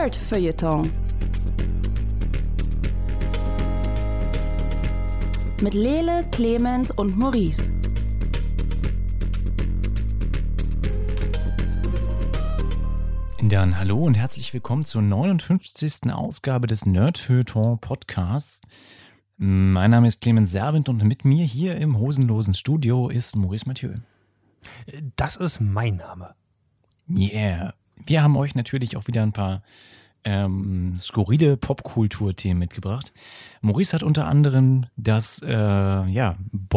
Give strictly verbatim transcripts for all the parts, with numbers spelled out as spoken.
Nerd-Feuilleton mit Lele, Clemens und Maurice. Dann hallo und herzlich willkommen zur neunundfünfzigsten Ausgabe des Nerd-Feuilleton Podcasts. Mein Name ist Clemens Serwent und mit mir hier im hosenlosen Studio ist Maurice Mathieu. Das ist mein Name. Yeah. Wir haben euch natürlich auch wieder ein paar ähm, skurrile Popkultur-Themen mitgebracht. Maurice hat unter anderem das äh, ja,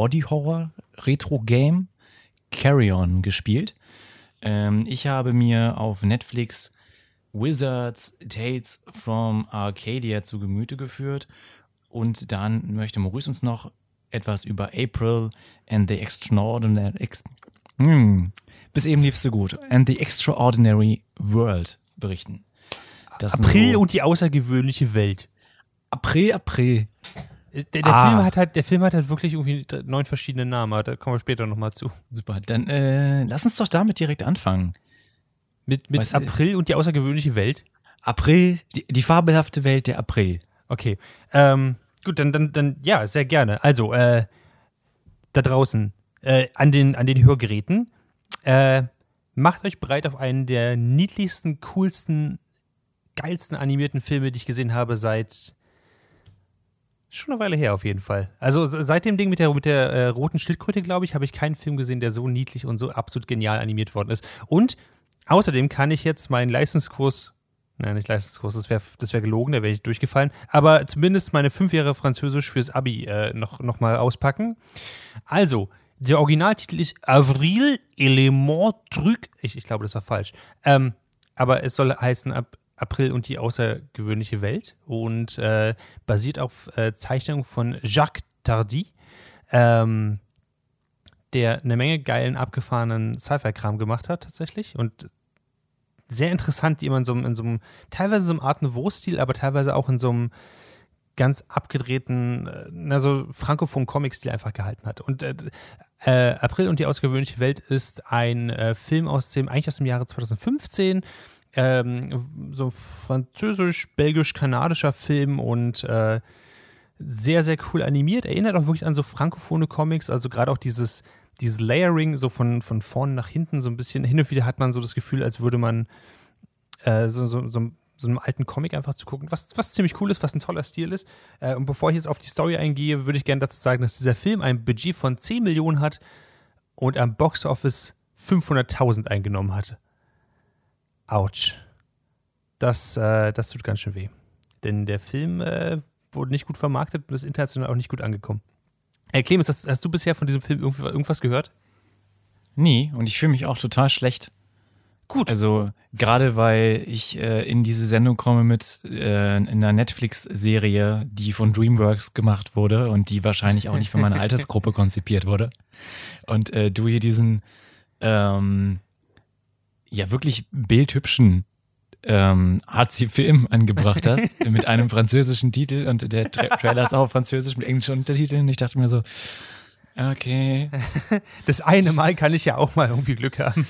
Body-Horror-Retro-Game Carry On gespielt. Ähm, ich habe mir auf Netflix Wizards Tales from Arcadia zu Gemüte geführt. Und dann möchte Maurice uns noch etwas über April and the Extraordinary... Ex- hm, bis eben lief es so gut. And the Extraordinary World berichten. Das April so und die außergewöhnliche Welt. April, April. Der, der, Ah. Film hat halt, der Film hat halt wirklich irgendwie neun verschiedene Namen. Da kommen wir später nochmal zu. Super, dann äh, lass uns doch damit direkt anfangen. Mit, mit Weißt du- April und die außergewöhnliche Welt? April, die, die fabelhafte Welt der April. Okay. Ähm, gut, dann, dann, dann, ja, sehr gerne. Also, äh, da draußen, äh, an den, an den Hörgeräten, äh, macht euch bereit auf einen der niedlichsten, coolsten, geilsten animierten Filme, die ich gesehen habe seit schon eine Weile her auf jeden Fall. Also se- seit dem Ding mit der, mit der äh, roten Schildkröte, glaube ich, habe ich keinen Film gesehen, der so niedlich und so absolut genial animiert worden ist. Und außerdem kann ich jetzt meinen Leistungskurs, nein, nicht Leistungskurs, das wäre das wär gelogen, da wäre ich durchgefallen, aber zumindest meine fünf Jahre Französisch fürs Abi äh, noch, noch mal auspacken. Also, der Originaltitel ist Avril Element Truc, ich, ich glaube, das war falsch, ähm, aber es soll heißen Ab April und die außergewöhnliche Welt und äh, basiert auf äh, Zeichnungen von Jacques Tardy, ähm, der eine Menge geilen, abgefahrenen Sci-Fi-Kram gemacht hat tatsächlich und sehr interessant, die man in so, einem- in so einem, teilweise in so einem Art Nouveau-Stil, aber teilweise auch in so einem ganz abgedrehten, äh, na so frankophonen Comic-Stil einfach gehalten hat. Und äh, äh, April und die außergewöhnliche Welt ist ein äh, Film aus dem, eigentlich aus dem Jahre zweitausendfünfzehn, ähm, so französisch-belgisch-kanadischer Film und äh, sehr, sehr cool animiert. Erinnert auch wirklich an so frankophone Comics, also gerade auch dieses, dieses Layering, so von, von vorne nach hinten, so ein bisschen. Hin und wieder hat man so das Gefühl, als würde man äh, so, so, so, so einem alten Comic einfach zu gucken, was, was ziemlich cool ist, was ein toller Stil ist. Äh, und bevor ich jetzt auf die Story eingehe, würde ich gerne dazu sagen, dass dieser Film ein Budget von zehn Millionen hat und am Boxoffice fünfhunderttausend eingenommen hat. Autsch. Das, äh, das tut ganz schön weh. Denn der Film äh, wurde nicht gut vermarktet und ist international auch nicht gut angekommen. Hey Clemens, hast, hast du bisher von diesem Film irgendw- irgendwas gehört? Nee, und ich fühle mich auch total schlecht. Gut. Also gerade weil ich äh, in diese Sendung komme mit äh, in einer Netflix-Serie, die von DreamWorks gemacht wurde und die wahrscheinlich auch nicht für meine Altersgruppe konzipiert wurde. Und äh, du hier diesen ähm, ja wirklich bildhübschen ähm, Arzi-Film angebracht hast mit einem französischen Titel und der Tra- Trailer ist auch auf Französisch mit englischen Untertiteln und ich dachte mir so, okay. Das eine Mal kann ich ja auch mal irgendwie Glück haben.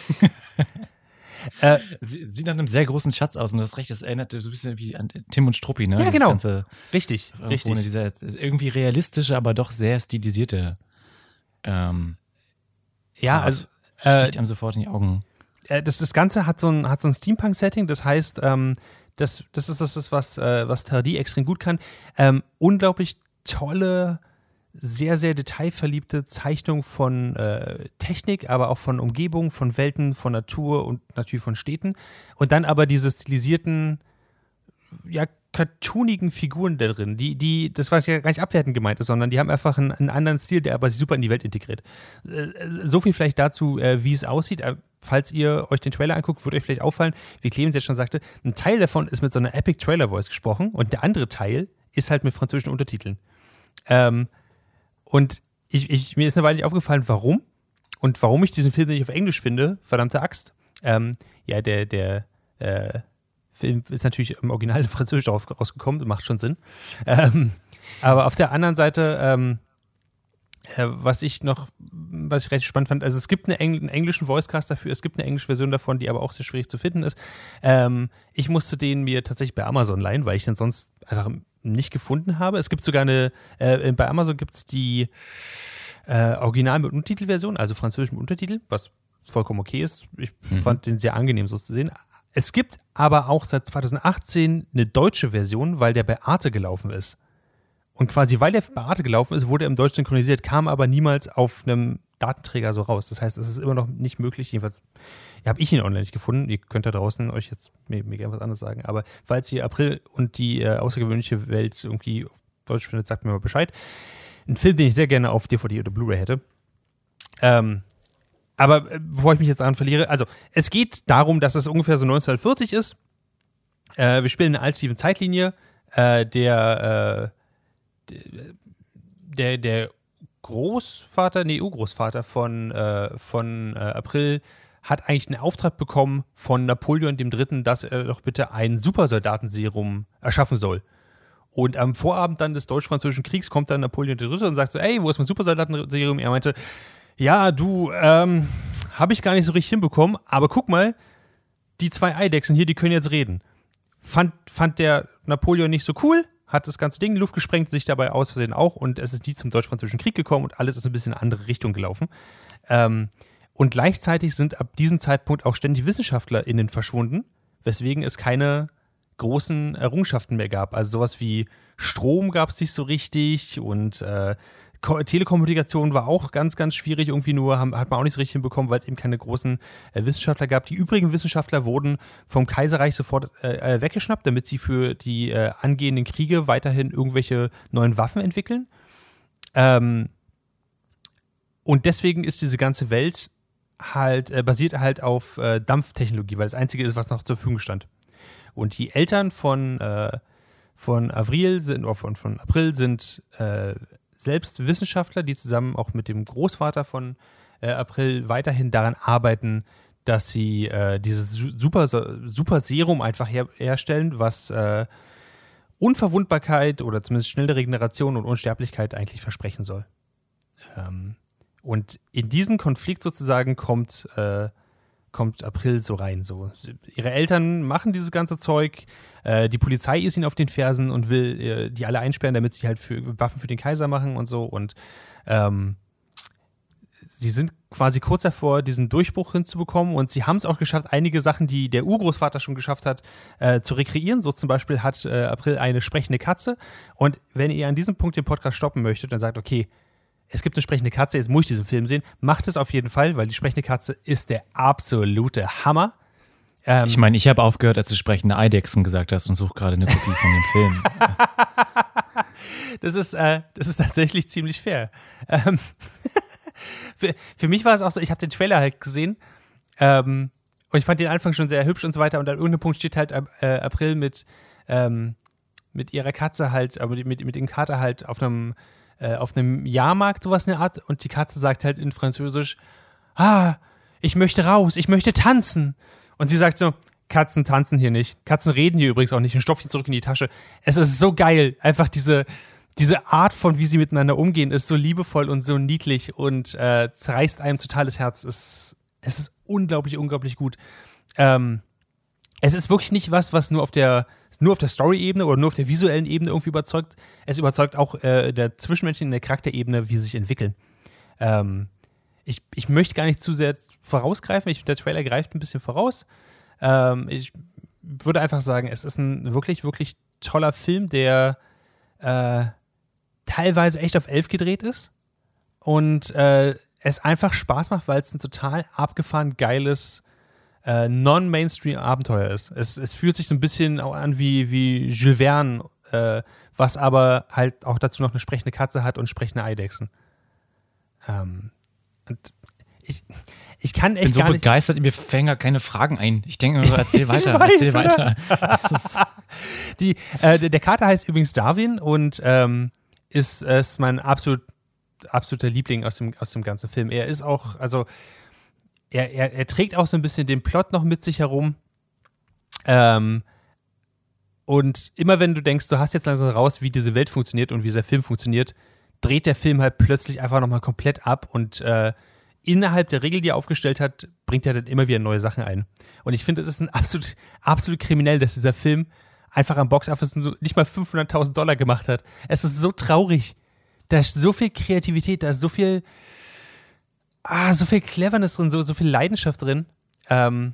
äh, Sie- Sieht nach einem sehr großen Schatz aus und du hast recht, das erinnert so ein bisschen wie an Tim und Struppi, ne? Ja, Das genau. Ganze, richtig, ohne richtig. dieser ist irgendwie realistische, aber doch sehr stilisierte ähm, Ja, Art. also äh, sticht einem sofort in die Augen. äh, das, das Ganze hat so ein, hat so ein Steampunk-Setting, das heißt, ähm, das, das ist das, ist, was, äh, was Tardy extrem gut kann. Ähm, unglaublich tolle, sehr, sehr detailverliebte Zeichnung von äh, Technik, aber auch von Umgebung, von Welten, von Natur und natürlich von Städten. Und dann aber diese stilisierten, ja, cartoonigen Figuren da drin, die, die, das war ja gar nicht abwertend gemeint ist, sondern die haben einfach einen, einen anderen Stil, der aber sich super in die Welt integriert. Äh, so viel vielleicht dazu, äh, wie es aussieht. Äh, falls ihr euch den Trailer anguckt, wird euch vielleicht auffallen, wie Clemens jetzt schon sagte, ein Teil davon ist mit so einer Epic Trailer Voice gesprochen und der andere Teil ist halt mit französischen Untertiteln. Ähm, und ich, ich, mir ist eine Weile nicht aufgefallen, warum und warum ich diesen Film nicht auf Englisch finde, verdammte Axt. Ähm, ja, der, der, äh, Film ist natürlich im Original in Französisch rausgekommen, macht schon Sinn. Ähm, aber auf der anderen Seite, ähm, Äh, was ich noch, was ich recht spannend fand, also es gibt eine Engl- einen englischen Voicecast dafür, es gibt eine englische Version davon, die aber auch sehr schwierig zu finden ist. Ähm, ich musste den mir tatsächlich bei Amazon leihen, weil ich den sonst einfach nicht gefunden habe. Es gibt sogar eine, äh, bei Amazon gibt es die äh, Original mit Untertitelversion, also französisch mit Untertitel, was vollkommen okay ist. Ich mhm. fand den sehr angenehm so zu sehen. Es gibt aber auch seit zwanzig achtzehn eine deutsche Version, weil der bei Arte gelaufen ist. Und quasi, weil der bei Arte gelaufen ist, wurde er im Deutsch synchronisiert, kam aber niemals auf einem Datenträger so raus. Das heißt, es ist immer noch nicht möglich, jedenfalls ja, habe ich ihn online nicht gefunden. Ihr könnt da draußen euch jetzt mir, mir gerne was anderes sagen. Aber falls ihr April und die äh, außergewöhnliche Welt irgendwie auf Deutsch findet, sagt mir mal Bescheid. Ein Film, den ich sehr gerne auf D V D oder Blu-ray hätte. Ähm, aber äh, bevor ich mich jetzt daran verliere, also es geht darum, dass es ungefähr so neunzehnhundertvierzig ist. Äh, wir spielen eine alternative Zeitlinie. Äh, der, äh, der, der Großvater, nee, Urgroßvater von, äh, von äh, April hat eigentlich einen Auftrag bekommen von Napoleon dem Dritten, dass er doch bitte ein Supersoldatenserum erschaffen soll. Und am Vorabend dann des Deutsch-Französischen Kriegs kommt dann Napoleon der Dritte und sagt so, ey, wo ist mein Supersoldatenserum? Er meinte, ja, du, ähm, habe ich gar nicht so richtig hinbekommen, aber guck mal, die zwei Eidechsen hier, die können jetzt reden. Fand, fand der Napoleon nicht so cool, hat das ganze Ding in die Luft gesprengt, sich dabei aus Versehen auch und es ist nie zum Deutsch-Französischen Krieg gekommen und alles ist ein bisschen in eine andere Richtung gelaufen. Ähm, und gleichzeitig sind ab diesem Zeitpunkt auch ständig WissenschaftlerInnen verschwunden, weswegen es keine großen Errungenschaften mehr gab. Also sowas wie Strom gab es nicht so richtig und äh, Telekommunikation war auch ganz, ganz schwierig irgendwie nur, haben, hat man auch nicht so richtig hinbekommen, weil es eben keine großen äh, Wissenschaftler gab. Die übrigen Wissenschaftler wurden vom Kaiserreich sofort äh, weggeschnappt, damit sie für die äh, angehenden Kriege weiterhin irgendwelche neuen Waffen entwickeln. Ähm, und deswegen ist diese ganze Welt halt, äh, basiert halt auf äh, Dampftechnologie, weil das Einzige ist, was noch zur Verfügung stand. Und die Eltern von, äh, von Avril sind, oder von, von April sind äh, selbst Wissenschaftler, die zusammen auch mit dem Großvater von äh, April weiterhin daran arbeiten, dass sie äh, dieses super, super Serum einfach her- herstellen, was äh, Unverwundbarkeit oder zumindest schnelle Regeneration und Unsterblichkeit eigentlich versprechen soll. Ähm, und in diesen Konflikt sozusagen kommt äh, kommt April so rein. So. Ihre Eltern machen dieses ganze Zeug, äh, die Polizei ist ihnen auf den Fersen und will äh, die alle einsperren, damit sie halt für, Waffen für den Kaiser machen und so. Und ähm, sie sind quasi kurz davor, diesen Durchbruch hinzubekommen und sie haben es auch geschafft, einige Sachen, die der Urgroßvater schon geschafft hat, äh, zu rekreieren. So zum Beispiel hat äh, April eine sprechende Katze und wenn ihr an diesem Punkt den Podcast stoppen möchtet und sagt, okay, es gibt eine sprechende Katze, jetzt muss ich diesen Film sehen. Macht es auf jeden Fall, weil die sprechende Katze ist der absolute Hammer. Ähm, ich meine, ich habe aufgehört, als du sprechende Eidechsen gesagt hast und suche gerade eine Kopie von dem Film. das, ist, äh, das ist tatsächlich ziemlich fair. Ähm für, für mich war es auch so, ich habe den Trailer halt gesehen ähm, und ich fand den Anfang schon sehr hübsch und so weiter und an irgendeinem Punkt steht halt äh, April mit, ähm, mit ihrer Katze halt, aber mit, mit dem Kater halt auf einem auf einem Jahrmarkt, sowas in der Art, und die Katze sagt halt in Französisch, ah, ich möchte raus, ich möchte tanzen. Und sie sagt so, Katzen tanzen hier nicht. Katzen reden hier übrigens auch nicht und stopft ihn zurück in die Tasche. Es ist so geil, einfach diese, diese Art von, wie sie miteinander umgehen, ist so liebevoll und so niedlich und äh, zerreißt einem total das Herz. Es, es ist unglaublich, unglaublich gut. Ähm, es ist wirklich nicht was, was nur auf der nur auf der Story-Ebene oder nur auf der visuellen Ebene irgendwie überzeugt. Es überzeugt auch äh, der Zwischenmenschen in der Charakterebene, wie sie sich entwickeln. Ähm, ich, ich möchte gar nicht zu sehr vorausgreifen. Ich, der Trailer greift ein bisschen voraus. Ähm, ich würde einfach sagen, es ist ein wirklich, wirklich toller Film, der äh, teilweise echt auf elf gedreht ist und äh, es einfach Spaß macht, weil es ein total abgefahren geiles Äh, Non-Mainstream-Abenteuer ist. Es, es fühlt sich so ein bisschen an wie, wie Jules Verne, äh, was aber halt auch dazu noch eine sprechende Katze hat und sprechende Eidechsen. Ähm, und ich, ich kann echt Ich bin so gar nicht begeistert, mir fällen gar keine Fragen ein. Ich denke nur so, erzähl weiter, weiß, erzähl weiter. Die, äh, der, der Kater heißt übrigens Darwin und ähm, ist, ist mein absolut, absoluter Liebling aus dem, aus dem ganzen Film. Er ist auch, also Er, er, er trägt auch so ein bisschen den Plot noch mit sich herum. Ähm, und immer wenn du denkst, du hast jetzt langsam raus, wie diese Welt funktioniert und wie dieser Film funktioniert, dreht der Film halt plötzlich einfach nochmal komplett ab und äh, innerhalb der Regel, die er aufgestellt hat, bringt er dann immer wieder neue Sachen ein. Und ich finde, es ist ein absolut, absolut kriminell, dass dieser Film einfach am Box-Office so nicht mal fünfhunderttausend Dollar gemacht hat. Es ist so traurig. Da ist so viel Kreativität, da ist so viel, ah, so viel Cleverness drin, so, so viel Leidenschaft drin. Ähm,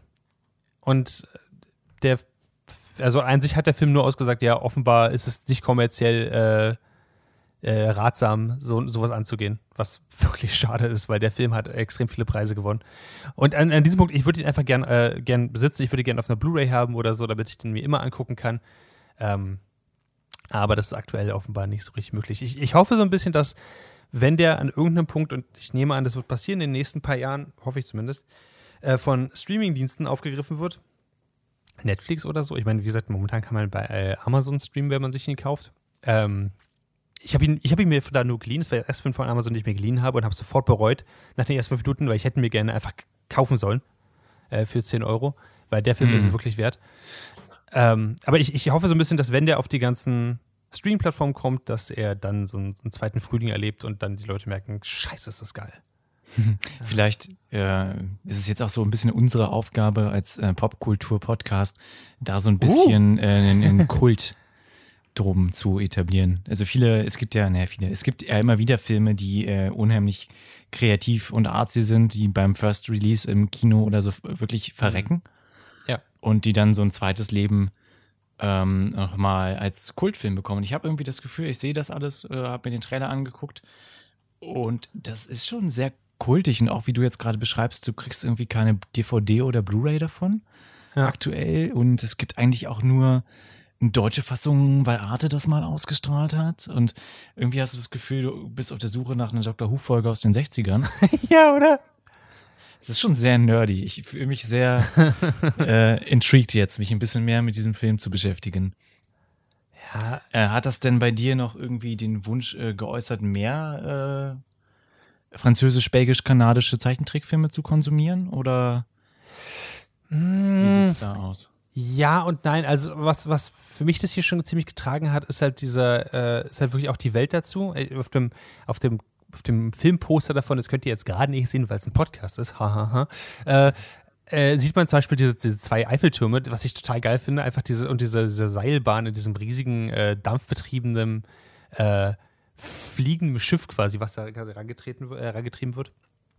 und der, also an sich hat der Film nur ausgesagt, ja, offenbar ist es nicht kommerziell äh, äh, ratsam, so, sowas anzugehen, was wirklich schade ist, weil der Film hat extrem viele Preise gewonnen. Und an, an diesem Punkt, ich würde ihn einfach gern, äh, gern besitzen, ich würde ihn gern auf einer Blu-ray haben oder so, damit ich den mir immer angucken kann. Ähm, aber das ist aktuell offenbar nicht so richtig möglich. Ich, ich hoffe so ein bisschen, dass, wenn der an irgendeinem Punkt, und ich nehme an, das wird passieren in den nächsten paar Jahren, hoffe ich zumindest, äh, von Streamingdiensten aufgegriffen wird, Netflix oder so. Ich meine, wie gesagt, momentan kann man bei äh, Amazon streamen, wenn man sich ihn kauft. Ähm, ich habe ihn, ich hab ihn mir da nur geliehen. Das war der erste Film von Amazon, den ich mir geliehen habe und habe sofort bereut nach den ersten fünf Minuten, weil ich hätte ihn mir gerne einfach kaufen sollen äh, für zehn Euro, weil der Film Mhm. ist es wirklich wert. Ähm, aber ich, ich hoffe so ein bisschen, dass wenn der auf die ganzen Streaming-Plattformen kommt, dass er dann so einen, einen zweiten Frühling erlebt und dann die Leute merken, scheiße, ist das geil. Vielleicht äh, ist es jetzt auch so ein bisschen unsere Aufgabe als äh, Popkultur-Podcast, da so ein bisschen äh, einen, einen Kult drum zu etablieren. Also viele, es gibt ja, naja, viele, es gibt ja immer wieder Filme, die äh, unheimlich kreativ und artsy sind, die beim First Release im Kino oder so wirklich verrecken. Ja. Und die dann so ein zweites Leben ähm, nochmal als Kultfilm bekommen. Ich habe irgendwie das Gefühl, ich sehe das alles, äh, habe mir den Trailer angeguckt und das ist schon sehr kultig und auch wie du jetzt gerade beschreibst, du kriegst irgendwie keine D V D oder Blu-ray davon Ja. aktuell und es gibt eigentlich auch nur eine deutsche Fassung, weil Arte das mal ausgestrahlt hat und irgendwie hast du das Gefühl, du bist auf der Suche nach einer Doctor Who-Folge aus den sechzigern. Ja, oder? Es ist schon sehr nerdy. Ich fühle mich sehr äh, intrigued jetzt, mich ein bisschen mehr mit diesem Film zu beschäftigen. Ja, Äh, hat das denn bei dir noch irgendwie den Wunsch äh, geäußert, mehr äh, französisch-belgisch-kanadische Zeichentrickfilme zu konsumieren? Oder wie sieht's da aus? ja und nein. Also was, was für mich das hier schon ziemlich getragen hat, ist halt dieser, äh, ist halt wirklich auch die Welt dazu. Äh, Auf dem, auf dem, auf dem Filmposter davon, das könnt ihr jetzt gerade nicht sehen, weil es ein Podcast ist, hahaha, äh, äh, sieht man zum Beispiel diese, diese zwei Eiffeltürme, was ich total geil finde, einfach diese, und diese, diese Seilbahn in diesem riesigen, äh, dampfbetriebenen, äh, fliegenden Schiff quasi, was da gerade rangetreten, äh, rangetrieben wird.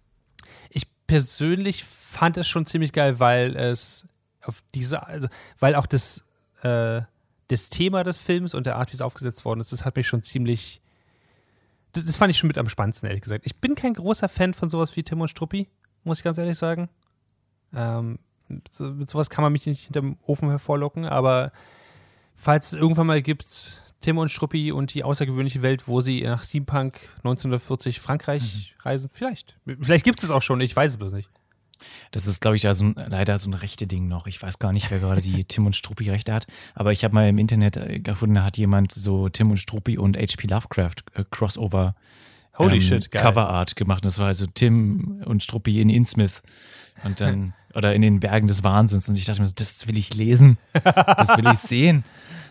Ich persönlich fand es schon ziemlich geil, weil es auf diese, also, weil auch das, äh, das Thema des Films und der Art, wie es aufgesetzt worden ist, das hat mich schon ziemlich, das, das fand ich schon mit am spannendsten, ehrlich gesagt. Ich bin kein großer Fan von sowas wie Tim und Struppi, muss ich ganz ehrlich sagen. Ähm, so, mit sowas kann man mich nicht hinterm Ofen hervorlocken, aber falls es irgendwann mal gibt, Tim und Struppi und die außergewöhnliche Welt, wo sie nach Steampunk neunzehnhundertvierzig Frankreich mhm. reisen, vielleicht. Vielleicht gibt es es auch schon, ich weiß es bloß nicht. Das ist, glaube ich, da so ein, leider so ein rechte Ding noch. Ich weiß gar nicht, wer gerade die Tim und Struppi Rechte hat. Aber ich habe mal im Internet äh, gefunden, da hat jemand so Tim und Struppi und H P Lovecraft äh, Crossover Holy ähm, shit, geil. Coverart gemacht. Das war also Tim und Struppi in Innsmouth und dann oder in den Bergen des Wahnsinns. Und ich dachte mir, so, das will ich lesen, das will ich sehen.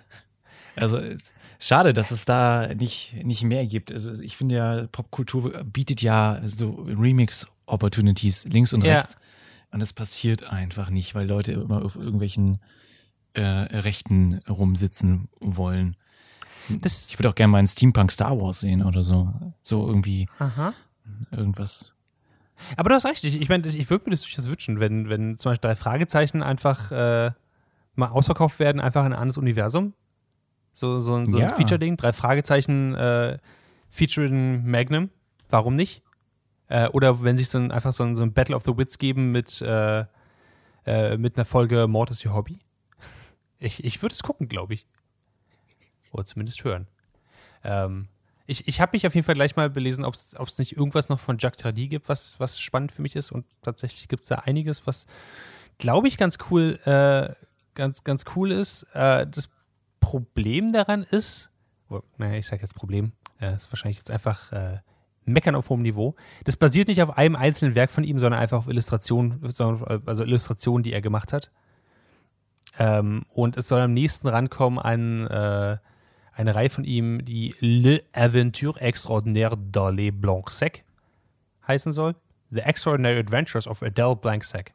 Also schade, dass es da nicht, nicht mehr gibt. Also ich finde ja, Popkultur bietet ja so Remix-Opportunities links und Ja. rechts. Und das passiert einfach nicht, weil Leute immer auf irgendwelchen äh, Rechten rumsitzen wollen. Das, Ich würde auch gerne mal einen Steampunk Star Wars sehen oder so. So irgendwie aha. irgendwas. Aber du hast recht, ich, ich meine, ich würde mir das durchaus wünschen, wenn, wenn zum Beispiel drei Fragezeichen einfach äh, mal ausverkauft werden, einfach in ein anderes Universum. So, so, ein- so ein Ja. Feature-Ding, drei Fragezeichen äh, featuring Magnum, warum nicht? Äh, oder wenn sich so ein, einfach so ein, so ein Battle of the Wits geben mit, äh, äh, mit einer Folge Mord ist ihr Hobby. Ich, ich würde es gucken, glaube ich. Oder zumindest hören. Ähm, ich ich habe mich auf jeden Fall gleich mal belesen, ob es nicht irgendwas noch von Jacques Tardy gibt, was, was spannend für mich ist. Und tatsächlich gibt es da einiges, was, glaube ich, ganz cool, äh, ganz, ganz cool ist. Äh, das Problem daran ist, oh, naja, ich sage jetzt Problem, äh, ist wahrscheinlich jetzt einfach äh, Meckern auf hohem Niveau. Das basiert nicht auf einem einzelnen Werk von ihm, sondern einfach auf Illustrationen, sondern, also Illustrationen, die er gemacht hat. Ähm, und es soll am nächsten rankommen an, äh, an eine Reihe von ihm, die Le Aventure Extraordinaire d'Adèle Blanc-Sec heißen soll. The Extraordinary Adventures of Adèle Blanc-Sec.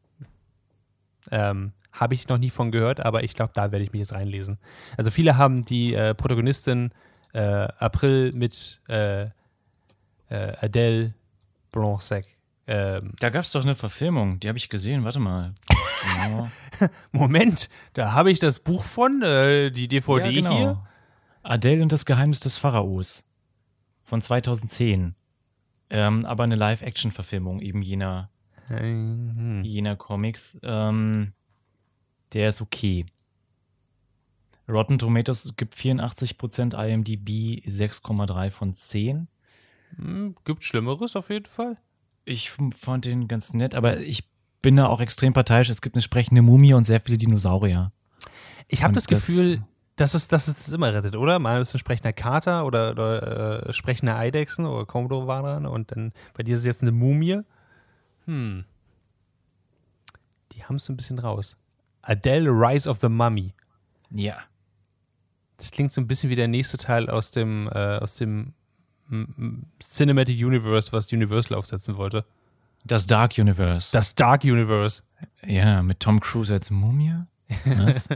Ähm, habe ich noch nie von gehört, aber ich glaube, da werde ich mich jetzt reinlesen. Also viele haben die äh, Protagonistin äh, April mit äh, äh, Adèle Blanc-Sec. Ähm, Da gab es doch eine Verfilmung, die habe ich gesehen, warte mal. Genau. Moment, da habe ich das Buch von, äh, die D V D ja, genau. hier. Adele und das Geheimnis des Pharaos von zweitausendzehn. Ähm, aber eine Live-Action-Verfilmung eben jener, Mhm. jener Comics. Ähm, der ist okay. Rotten Tomatoes gibt vierundachtzig Prozent, I M D B sechs Komma drei von zehn. Hm, gibt Schlimmeres auf jeden Fall. Ich fand den ganz nett, aber ich bin da auch extrem parteiisch. Es gibt eine sprechende Mumie und sehr viele Dinosaurier. Ich habe Und das Gefühl, dass es, dass es das immer rettet, oder? Mal ist ein sprechender Kater oder, oder äh, sprechende Eidechsen oder Komodo-Waran und dann bei dir ist es jetzt eine Mumie. Hm. Die haben es so ein bisschen raus. Adele, Rise of the Mummy. Ja. Das klingt so ein bisschen wie der nächste Teil aus dem, äh, aus dem m- m- Cinematic Universe, was Universal aufsetzen wollte. Das Dark Universe. Das Dark Universe. Ja, mit Tom Cruise als Mumie. Was?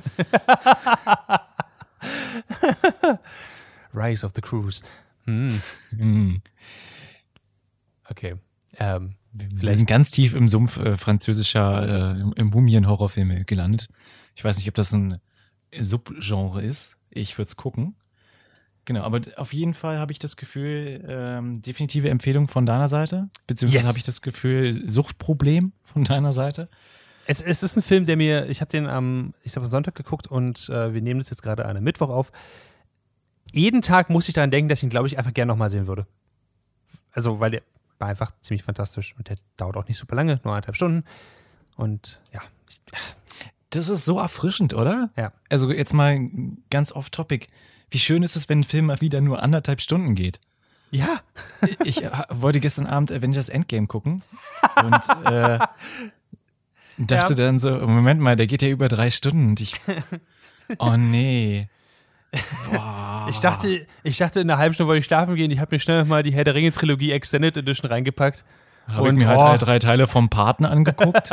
Rise of the Cruise. Hm. Hm. Okay. Ähm, Wir sind ganz tief im Sumpf äh, französischer äh, im Mumien-Horrorfilme gelandet. Ich weiß nicht, ob das ein Subgenre ist. Ich würde es gucken. Genau, aber auf jeden Fall habe ich das Gefühl, ähm, definitive Empfehlung von deiner Seite. Beziehungsweise Yes. habe ich das Gefühl, Suchtproblem von deiner Seite. Es, es ist ein Film, der mir, ich habe den am, ich glaube, Sonntag geguckt und äh, wir nehmen das jetzt gerade an einem Mittwoch auf. Jeden Tag muss ich daran denken, dass ich ihn, glaube ich, einfach gerne nochmal sehen würde. Also, weil der war einfach ziemlich fantastisch und der dauert auch nicht super lange, nur eineinhalb Stunden. Und ja. Ich, Das ist so erfrischend, oder? Ja. Also jetzt mal ganz off-topic. Wie schön ist es, wenn ein Film mal wieder nur anderthalb Stunden geht? Ja. Ich äh, wollte gestern Abend Avengers Endgame gucken und äh, dachte Ja. dann so, Moment mal, der geht ja über drei Stunden und ich, oh nee. Boah. Ich dachte, ich dachte, in einer halben Stunde wollte ich schlafen gehen. Ich habe mir schnell mal die Herr der Ringe Trilogie Extended Edition reingepackt. Habe ich und, mir halt oh. alle drei Teile vom Partner angeguckt.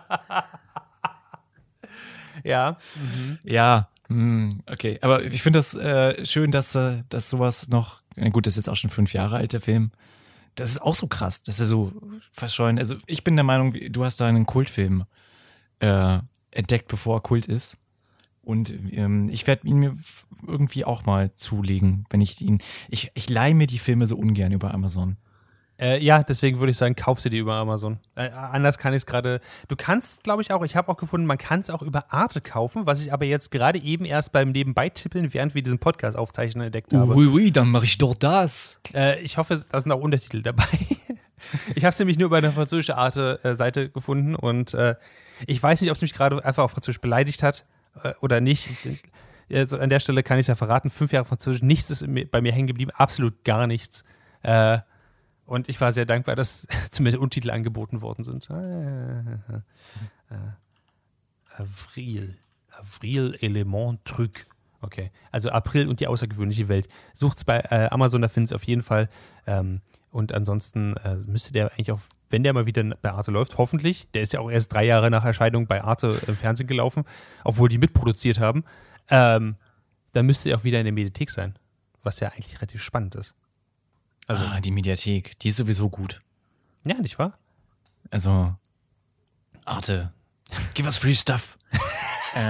Ja. Ja, hm, okay. Aber ich finde das äh, schön, dass, äh, dass sowas noch, na gut, das ist jetzt auch schon fünf Jahre alt, der Film. Das ist auch so krass, das ist so verschollen. Also ich bin der Meinung, du hast da einen Kultfilm äh, entdeckt, bevor er Kult ist. Und ähm, ich werde ihn mir f- irgendwie auch mal zulegen, wenn ich ihn. Ich, ich leihe mir die Filme so ungern über Amazon. Äh, ja, deswegen würde ich sagen, kauf sie dir über Amazon. Äh, anders kann ich es gerade. Du kannst, glaube ich, auch, ich habe auch gefunden, man kann es auch über Arte kaufen, was ich aber jetzt gerade eben erst beim Nebenbei-Tippeln, während wir diesen Podcast aufzeichnen, entdeckt habe. Ui, ui, dann mache ich doch das. Äh, ich hoffe, da sind auch Untertitel dabei. Ich habe es nämlich nur über eine französische Arte-Seite gefunden und äh, ich weiß nicht, ob es mich gerade einfach auf Französisch beleidigt hat äh, oder nicht. Also an der Stelle kann ich es ja verraten, fünf Jahre Französisch, nichts ist mir, bei mir hängen geblieben, absolut gar nichts. Äh, und ich war sehr dankbar, dass zumindest Untertitel angeboten worden sind. Äh, äh, Avril. Avril Element Truc. Okay, also April und die außergewöhnliche Welt. Sucht's bei äh, Amazon, da findet es auf jeden Fall. Ähm, und ansonsten äh, müsste der eigentlich auch, wenn der mal wieder bei Arte läuft, hoffentlich, der ist ja auch erst drei Jahre nach Erscheinung bei Arte im Fernsehen gelaufen, obwohl die mitproduziert haben, ähm, dann müsste er auch wieder in der Mediathek sein, was ja eigentlich relativ spannend ist. Also ah, die Mediathek, die ist sowieso gut. Ja, nicht wahr? Also Arte, give us free stuff. äh.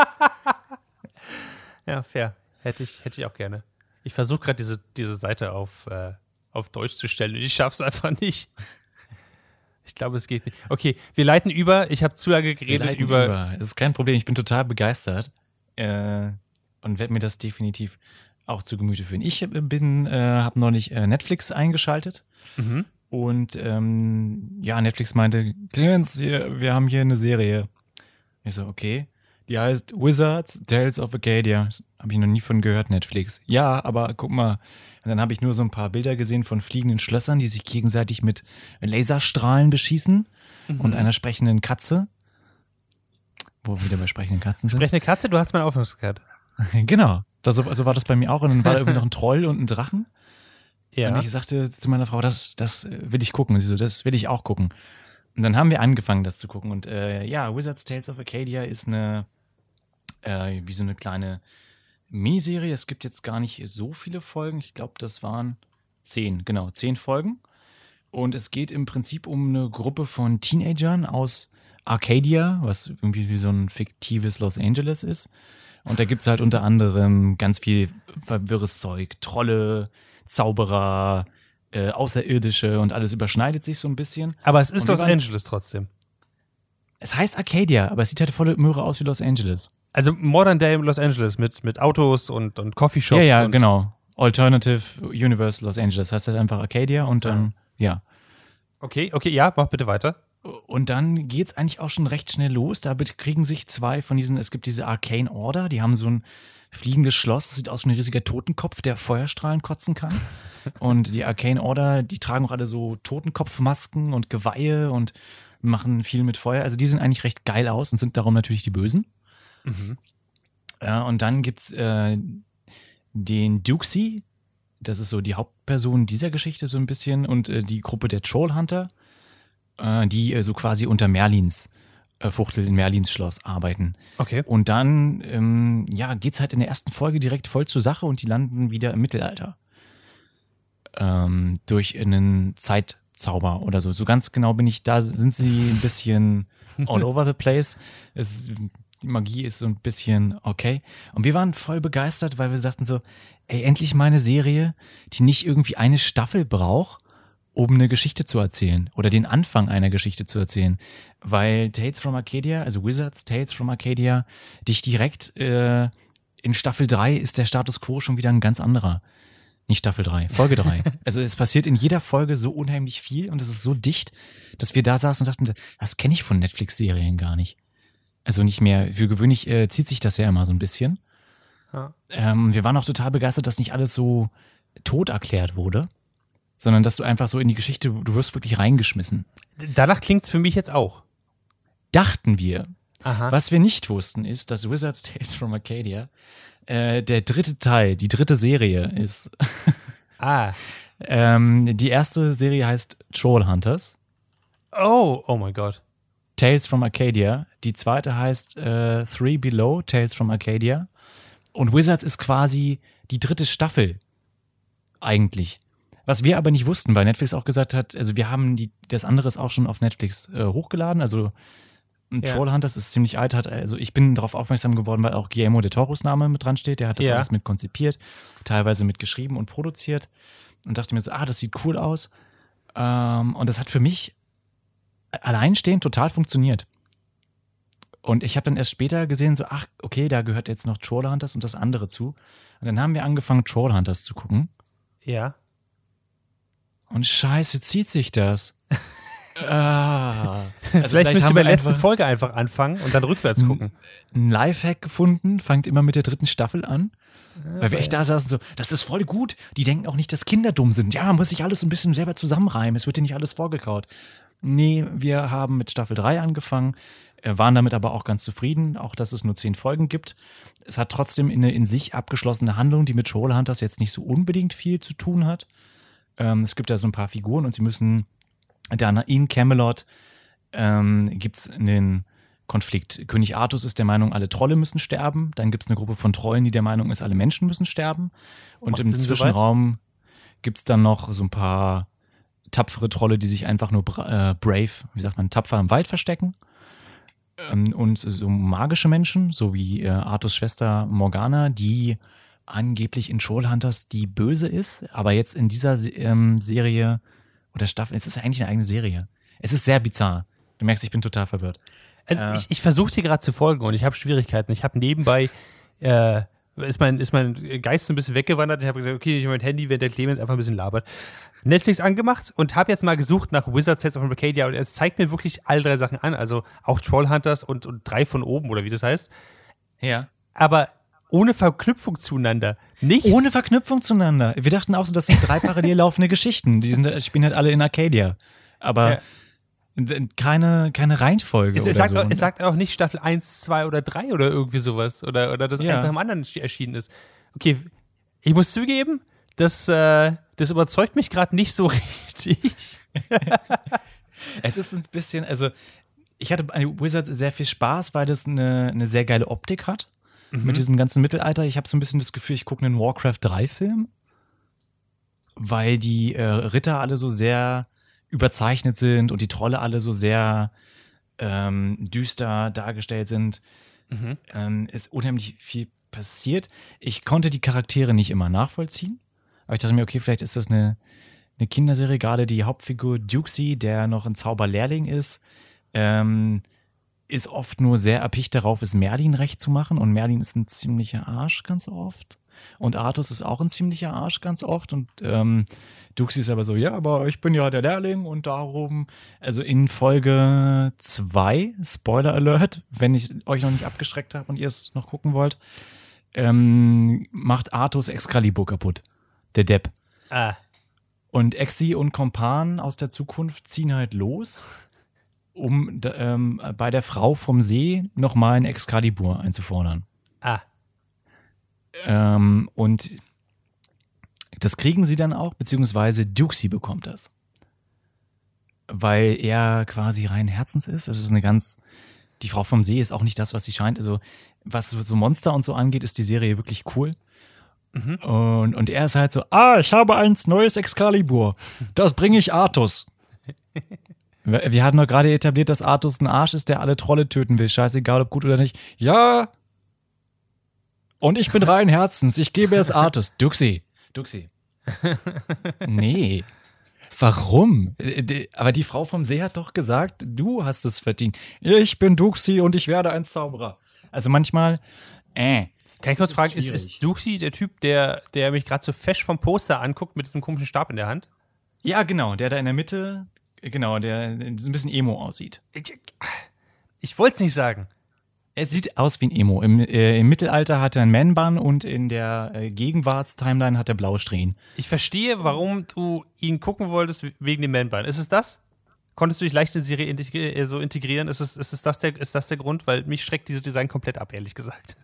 Ja, fair. Hätte ich, hätte ich auch gerne. Ich versuche gerade diese, diese Seite auf, äh, auf Deutsch zu stellen und ich schaffe es einfach nicht. Ich glaube, es geht nicht. Okay, wir leiten über. Ich habe zu lange geredet über. über. Das ist kein Problem. Ich bin total begeistert äh, und werde mir das definitiv auch zu Gemüte führen. Ich bin, äh, habe neulich äh, Netflix eingeschaltet Mhm. und ähm, ja, Netflix meinte, Clemens, wir, wir haben hier eine Serie. Ich so, okay. Die heißt Wizards Tales of Acadia. Habe ich noch nie von gehört, Netflix. Ja, aber guck mal. Und dann habe ich nur so ein paar Bilder gesehen von fliegenden Schlössern, die sich gegenseitig mit Laserstrahlen beschießen Mhm. und einer sprechenden Katze. Wo wir wieder bei sprechenden Katzen sind. Sprechende Katze, du hast meine Aufmerksamkeit. Genau. Das, so, so war das bei mir auch. Und dann war da irgendwie noch ein Troll und ein Drachen. Ja. Und ich sagte zu meiner Frau, das, das will ich gucken. Und sie so, das will ich auch gucken. Und dann haben wir angefangen, das zu gucken. Und äh, ja, Wizard's Tales of Arcadia ist eine, äh, wie so eine kleine Miniserie. Es gibt jetzt gar nicht so viele Folgen. Ich glaube, das waren zehn, genau, zehn Folgen. Und es geht im Prinzip um eine Gruppe von Teenagern aus Arcadia, was irgendwie wie so ein fiktives Los Angeles ist. Und da gibt's halt unter anderem ganz viel verwirres Zeug, Trolle, Zauberer, äh, Außerirdische und alles überschneidet sich so ein bisschen. Aber es ist Und wir Los waren- Angeles trotzdem. Es heißt Arcadia, aber es sieht halt volle Möhre aus wie Los Angeles. Also Modern Day Los Angeles mit, mit Autos und, und Coffeeshops. Ja, ja, und genau. Alternative Universe Los Angeles heißt halt einfach Arcadia und dann, ja. Okay, okay, ja, mach bitte weiter. Und dann geht's eigentlich auch schon recht schnell los. Da kriegen sich zwei von diesen, es gibt diese Arcane Order, die haben so ein fliegendes Schloss, das sieht aus wie ein riesiger Totenkopf, der Feuerstrahlen kotzen kann. Und die Arcane Order, die tragen auch alle so Totenkopfmasken und Geweihe und machen viel mit Feuer. Also die sehen eigentlich recht geil aus und sind darum natürlich die Bösen. Mhm. Ja, und dann gibt's äh, den Duxie, das ist so die Hauptperson dieser Geschichte so ein bisschen, und äh, die Gruppe der Trollhunter, äh, die äh, so quasi unter Merlins äh, Fuchtel in Merlins Schloss arbeiten. Okay. Und dann ähm, ja, geht's halt in der ersten Folge direkt voll zur Sache und die landen wieder im Mittelalter. Ähm, durch einen Zeitzauber oder so. So ganz genau bin ich, da sind sie ein bisschen all over the place. Es, die Magie ist so ein bisschen okay. Und wir waren voll begeistert, weil wir sagten so, ey, endlich mal eine Serie, die nicht irgendwie eine Staffel braucht, um eine Geschichte zu erzählen oder den Anfang einer Geschichte zu erzählen. Weil Tales from Arcadia, also Wizards Tales from Arcadia, dich direkt äh, in Staffel drei ist der Status quo schon wieder ein ganz anderer. Nicht Staffel drei, Folge drei. Also es passiert in jeder Folge so unheimlich viel und es ist so dicht, dass wir da saßen und dachten, das kenne ich von Netflix-Serien gar nicht. Also nicht mehr, für gewöhnlich äh, zieht sich das ja immer so ein bisschen. Ja. Ähm, wir waren auch total begeistert, dass nicht alles so tot erklärt wurde, sondern dass du einfach so in die Geschichte, du wirst wirklich reingeschmissen. Danach klingt's für mich jetzt auch. Dachten wir. Aha. Was wir nicht wussten, ist, dass Wizard's Tales from Arcadia äh, der dritte Teil, die dritte Serie ist. Ah. ähm, die erste Serie heißt Trollhunters. Oh, oh mein Gott. Tales from Arcadia. Die zweite heißt äh, Three Below, Tales from Arcadia. Und Wizards ist quasi die dritte Staffel eigentlich. Was wir aber nicht wussten, weil Netflix auch gesagt hat, also wir haben die, das andere ist auch schon auf Netflix äh, hochgeladen, also Ja. Trollhunters ist ziemlich alt, hat, also ich bin darauf aufmerksam geworden, weil auch Guillermo del Toros Name mit dran steht, der hat das Ja. alles mit konzipiert, teilweise mit geschrieben und produziert und dachte mir so, ah, das sieht cool aus. Ähm, und das hat für mich alleinstehend total funktioniert. Und ich habe dann erst später gesehen, so, ach, okay, da gehört jetzt noch Trollhunters und das andere zu. Und dann haben wir angefangen, Trollhunters zu gucken. Ja. Und scheiße, zieht sich das. ah. Also vielleicht müsst ihr haben bei wir der letzten einfach Folge einfach anfangen und dann rückwärts gucken. einen Lifehack gefunden, fangt immer mit der dritten Staffel an. Weil wir echt da saßen so, das ist voll gut. Die denken auch nicht, dass Kinder dumm sind. Ja, man muss sich alles so ein bisschen selber zusammenreimen. Es wird dir nicht alles vorgekaut. Nee, wir haben mit Staffel drei angefangen, waren damit aber auch ganz zufrieden, auch dass es nur zehn Folgen gibt. Es hat trotzdem eine in sich abgeschlossene Handlung, die mit Trollhunters jetzt nicht so unbedingt viel zu tun hat. Ähm, es gibt da so ein paar Figuren und sie müssen da in Camelot ähm, gibt es einen Konflikt. König Artus ist der Meinung, alle Trolle müssen sterben. Dann gibt es eine Gruppe von Trollen, die der Meinung ist, alle Menschen müssen sterben. Und Macht im Sinn Zwischenraum gibt es dann noch so ein paar tapfere Trolle, die sich einfach nur bra- äh, brave, wie sagt man, tapfer im Wald verstecken. Ähm, und so magische Menschen, so wie äh, Artus Schwester Morgana, die angeblich in Trollhunters die Böse ist, aber jetzt in dieser ähm, Serie oder Staffel, es ist ja eigentlich eine eigene Serie. Es ist sehr bizarr. Du merkst, ich bin total verwirrt. Also Äh. ich, ich versuche dir gerade zu folgen und ich habe Schwierigkeiten. Ich habe nebenbei, äh, ist, mein, ist mein Geist ein bisschen weggewandert. Ich habe gesagt, okay, ich habe mein Handy, während der Clemens einfach ein bisschen labert. Netflix angemacht und habe jetzt mal gesucht nach Wizards Tales of Arcadia und es zeigt mir wirklich alle drei Sachen an. Also auch Trollhunters und, und drei von oben oder wie das heißt. Ja. Aber ohne Verknüpfung zueinander. Nichts. Ohne Verknüpfung zueinander. Wir dachten auch so, das sind drei parallel laufende Geschichten. Die sind, spielen halt alle in Arcadia. Aber Ja. Keine, keine Reihenfolge Es, oder es, sagt so. auch, es sagt auch nicht Staffel eins, zwei oder drei oder irgendwie sowas. Oder, oder dass Ja. eins nach dem anderen erschienen ist. Okay, ich muss zugeben, das, äh, das überzeugt mich gerade nicht so richtig. Es ist ein bisschen, also ich hatte bei Wizards sehr viel Spaß, weil das eine, eine sehr geile Optik hat. Mhm. Mit diesem ganzen Mittelalter. Ich habe so ein bisschen das Gefühl, ich gucke einen Warcraft drei Film, weil die äh, Ritter alle so sehr überzeichnet sind und die Trolle alle so sehr ähm, düster dargestellt sind. Mhm. Ähm, ist unheimlich viel passiert. Ich konnte die Charaktere nicht immer nachvollziehen, aber ich dachte mir, okay, vielleicht ist das eine, eine Kinderserie, gerade die Hauptfigur Duxie, der noch ein Zauberlehrling ist, ähm, ist oft nur sehr erpicht darauf, es Merlin recht zu machen, und Merlin ist ein ziemlicher Arsch ganz oft. Und Artus ist auch ein ziemlicher Arsch ganz oft. Und ähm, Duxie ist aber so, ja, aber ich bin ja der Lehrling und darum, also in Folge zwei, Spoiler Alert, wenn ich euch noch nicht abgeschreckt habe und ihr es noch gucken wollt, ähm, macht Artus Excalibur kaputt. Der Depp. Ah. Und Exi und Kompan aus der Zukunft ziehen halt los, um ähm, bei der Frau vom See nochmal ein Excalibur einzufordern. Ah. Ähm, und das kriegen sie dann auch, beziehungsweise Duxie bekommt das. Weil er quasi rein Herzens ist. Das ist eine ganz, die Frau vom See ist auch nicht das, was sie scheint. Also, was so Monster und so angeht, ist die Serie wirklich cool. Mhm. Und, und er ist halt so, ah, ich habe ein neues Excalibur. Das bringe ich Artus. Wir hatten doch gerade etabliert, dass Artus ein Arsch ist, der alle Trolle töten will. Scheißegal, ob gut oder nicht. Ja. Und ich bin rein Herzens. Ich gebe es Artus. Duxie. Duxie. Nee. Warum? Aber die Frau vom See hat doch gesagt, du hast es verdient. Ich bin Duxie und ich werde ein Zauberer. Also manchmal, äh. Kann ich kurz ist fragen, ist, schwierig. ist Duxie der Typ, der, der mich gerade so fesch vom Poster anguckt mit diesem komischen Stab in der Hand? Ja, genau. Der da in der Mitte, genau, der, der so ein bisschen Emo aussieht. Ich wollte es nicht sagen. Er sieht aus wie ein Emo. Im, äh, im Mittelalter hat er einen Man-Bun und in der äh, Gegenwarts-Timeline hat er blaue Strähnen. Ich verstehe, warum du ihn gucken wolltest wegen dem Man-Bun. Ist es das? Konntest du dich leicht in die Serie integri- äh, so integrieren? Ist, es, ist, es das der, ist das der Grund? Weil mich schreckt dieses Design komplett ab, ehrlich gesagt.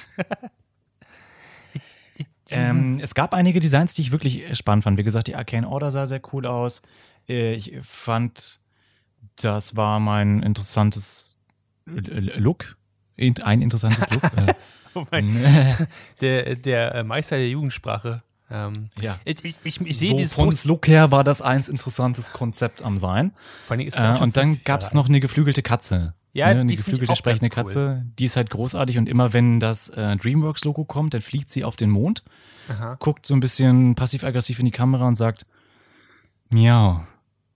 ich, ich, Ähm, es gab einige Designs, die ich wirklich spannend fand. Wie gesagt, die Arcane Order sah sehr cool aus. Äh, ich fand, das war mein interessantes Look. Ein interessantes Look. oh mein, der der äh, Meister der Jugendsprache. Ähm, ja. Ich, ich, ich, ich sehe So dieses von Post. Look her war das eins interessantes Konzept am Sein. Vor allem ist es Äh, auch schon und dann fünf gab es Jahre noch eine geflügelte Katze. Ja, ne? die Eine find ich geflügelte auch sprechende ganz cool. Katze. Die ist halt großartig, und immer wenn das äh, DreamWorks-Logo kommt, dann fliegt sie auf den Mond, Aha. guckt so ein bisschen passiv-aggressiv in die Kamera und sagt Miau.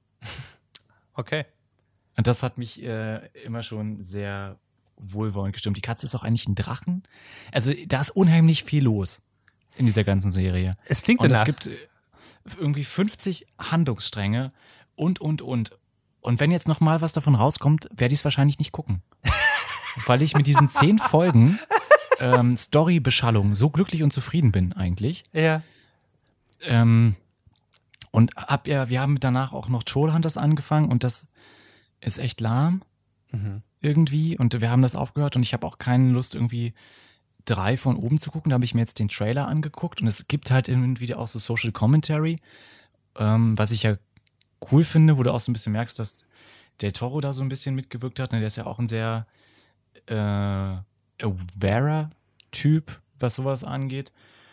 Okay. Und das hat mich äh, immer schon sehr wohlwollend gestimmt. Die Katze ist auch eigentlich ein Drachen. Also da ist unheimlich viel los in dieser ganzen Serie. Es klingt Und es danach. gibt äh, irgendwie fünfzig Handlungsstränge und, und, und. Und wenn jetzt noch mal was davon rauskommt, werde ich es wahrscheinlich nicht gucken. Weil ich mit diesen zehn Folgen ähm, Story-Beschallung so glücklich und zufrieden bin eigentlich. Ja. Ähm, und hab ja, wir haben danach auch noch Trollhunters angefangen, und das ist echt lahm Mhm. irgendwie, und wir haben das aufgehört, und ich habe auch keine Lust, irgendwie drei von oben zu gucken. Da habe ich mir jetzt den Trailer angeguckt, und es gibt halt irgendwie auch so Social Commentary, ähm, was ich ja cool finde, wo du auch so ein bisschen merkst, dass der Toro da so ein bisschen mitgewirkt hat. Ne? Der ist ja auch ein sehr äh, awarer Typ, was sowas angeht.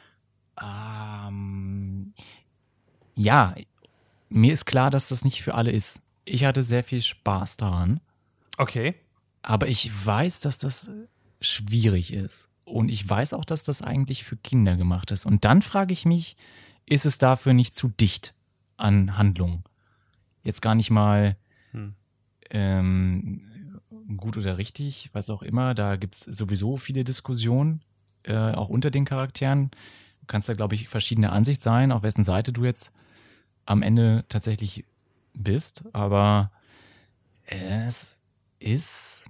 Ähm, ja, mir ist klar, dass das nicht für alle ist. Ich hatte sehr viel Spaß daran. Okay. Aber ich weiß, dass das schwierig ist. Und ich weiß auch, dass das eigentlich für Kinder gemacht ist. Und dann frage ich mich, ist es dafür nicht zu dicht an Handlungen? Jetzt gar nicht mal Hm. ähm, gut oder richtig, was auch immer. Da gibt es sowieso viele Diskussionen, äh, auch unter den Charakteren. Du kannst da, glaube ich, verschiedene Ansicht sein, auf wessen Seite du jetzt am Ende tatsächlich bist. Aber es ist,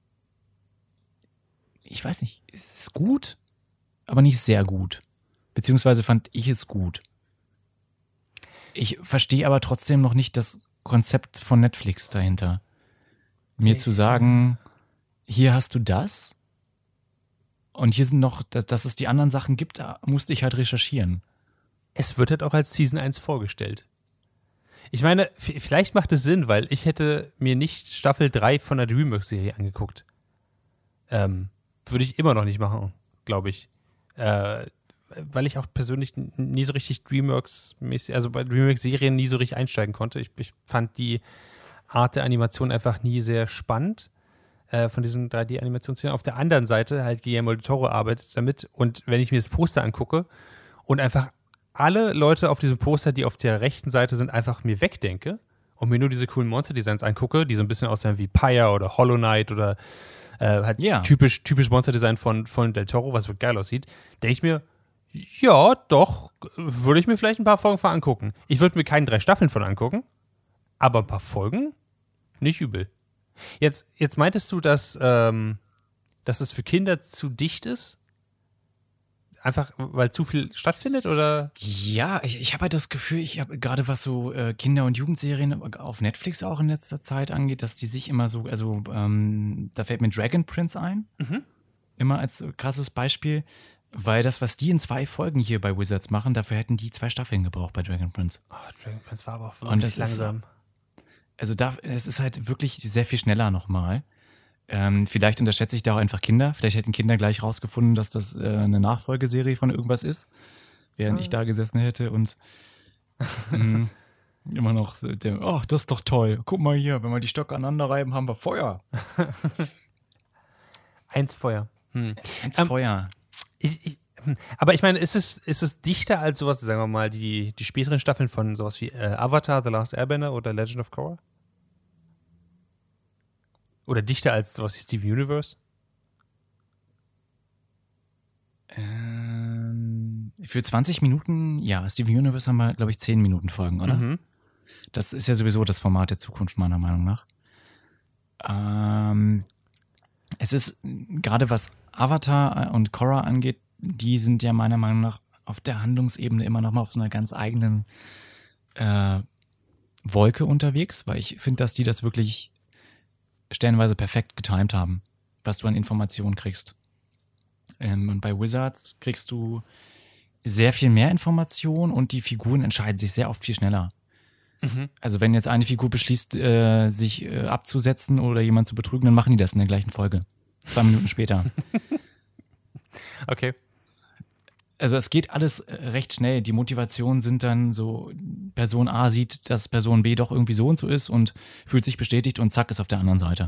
ich weiß nicht, es ist gut, aber nicht sehr gut. Beziehungsweise fand ich es gut. Ich verstehe aber trotzdem noch nicht das Konzept von Netflix dahinter. Mir zu sagen, hier hast du das und hier sind noch, dass, dass es die anderen Sachen gibt, da musste ich halt recherchieren. Es wird halt auch als Season eins vorgestellt. Ich meine, f- vielleicht macht es Sinn, weil ich hätte mir nicht Staffel drei von der DreamWorks-Serie angeguckt. Ähm, würde ich immer noch nicht machen, glaube ich. Äh, weil ich auch persönlich n- nie so richtig DreamWorks-mäßig, also bei DreamWorks-Serien nie so richtig einsteigen konnte. Ich, ich fand die Art der Animation einfach nie sehr spannend äh, von diesen drei D-Animationsserien. Auf der anderen Seite halt Guillermo del Toro arbeitet damit und wenn ich mir das Poster angucke und einfach alle Leute auf diesem Poster, die auf der rechten Seite sind, einfach mir wegdenke und mir nur diese coolen Monster-Designs angucke, die so ein bisschen aussehen wie Pyre oder Hollow Knight oder äh, halt Ja. typisch, typisch Monster-Design von, von Del Toro, was wirklich geil aussieht, denke ich mir, ja, doch, würde ich mir vielleicht ein paar Folgen von angucken. Ich würde mir keine drei Staffeln von angucken, aber ein paar Folgen, nicht übel. Jetzt, jetzt meintest du, dass, ähm, dass es für Kinder zu dicht ist? Einfach, weil zu viel stattfindet, oder? Ja, ich, ich habe halt das Gefühl, ich habe gerade was so äh, Kinder- und Jugendserien auf Netflix auch in letzter Zeit angeht, dass die sich immer so, also ähm, da fällt mir Dragon Prince ein, Mhm. immer als krasses Beispiel, weil das, was die in zwei Folgen hier bei Wizards machen, dafür hätten die zwei Staffeln gebraucht bei Dragon Prince. Oh, Dragon Prince war aber auch Und wirklich das ist- langsam. Also da, es ist halt wirklich sehr viel schneller nochmal. Ähm, vielleicht unterschätze ich da auch einfach Kinder. Vielleicht hätten Kinder gleich rausgefunden, dass das äh, eine Nachfolgeserie von irgendwas ist, während Ah. ich da gesessen hätte und mh, immer noch so, der, oh, das ist doch toll. Guck mal hier, wenn wir die Stöcke aneinander reiben, haben wir Feuer. Eins Feuer. Hm. Ins Ähm, Feuer. Ich, ich, hm. Aber ich meine, ist es, ist es dichter als sowas, sagen wir mal, die, die späteren Staffeln von sowas wie äh, Avatar, The Last Airbender oder Legend of Korra? Oder dichter als sowas wie Steven Universe? Ähm, für zwanzig Minuten, ja, Steven Universe haben wir, glaube ich, zehn Minuten Folgen, oder? Mhm. Das ist ja sowieso das Format der Zukunft, meiner Meinung nach. Ähm, es ist gerade was Avatar und Korra angeht, die sind ja meiner Meinung nach auf der Handlungsebene immer noch mal auf so einer ganz eigenen äh, Wolke unterwegs, weil ich finde, dass die das wirklich stellenweise perfekt getimed haben, was du an Informationen kriegst. Ähm, und bei Wizards kriegst du sehr viel mehr Informationen und die Figuren entscheiden sich sehr oft viel schneller. Mhm. Also wenn jetzt eine Figur beschließt, äh, sich äh, abzusetzen oder jemanden zu betrügen, dann machen die das in der gleichen Folge. Zwei Minuten später. Okay. Also es geht alles äh, recht schnell. Die Motivationen sind dann so, Person A sieht, dass Person B doch irgendwie so und so ist und fühlt sich bestätigt und zack, ist auf der anderen Seite.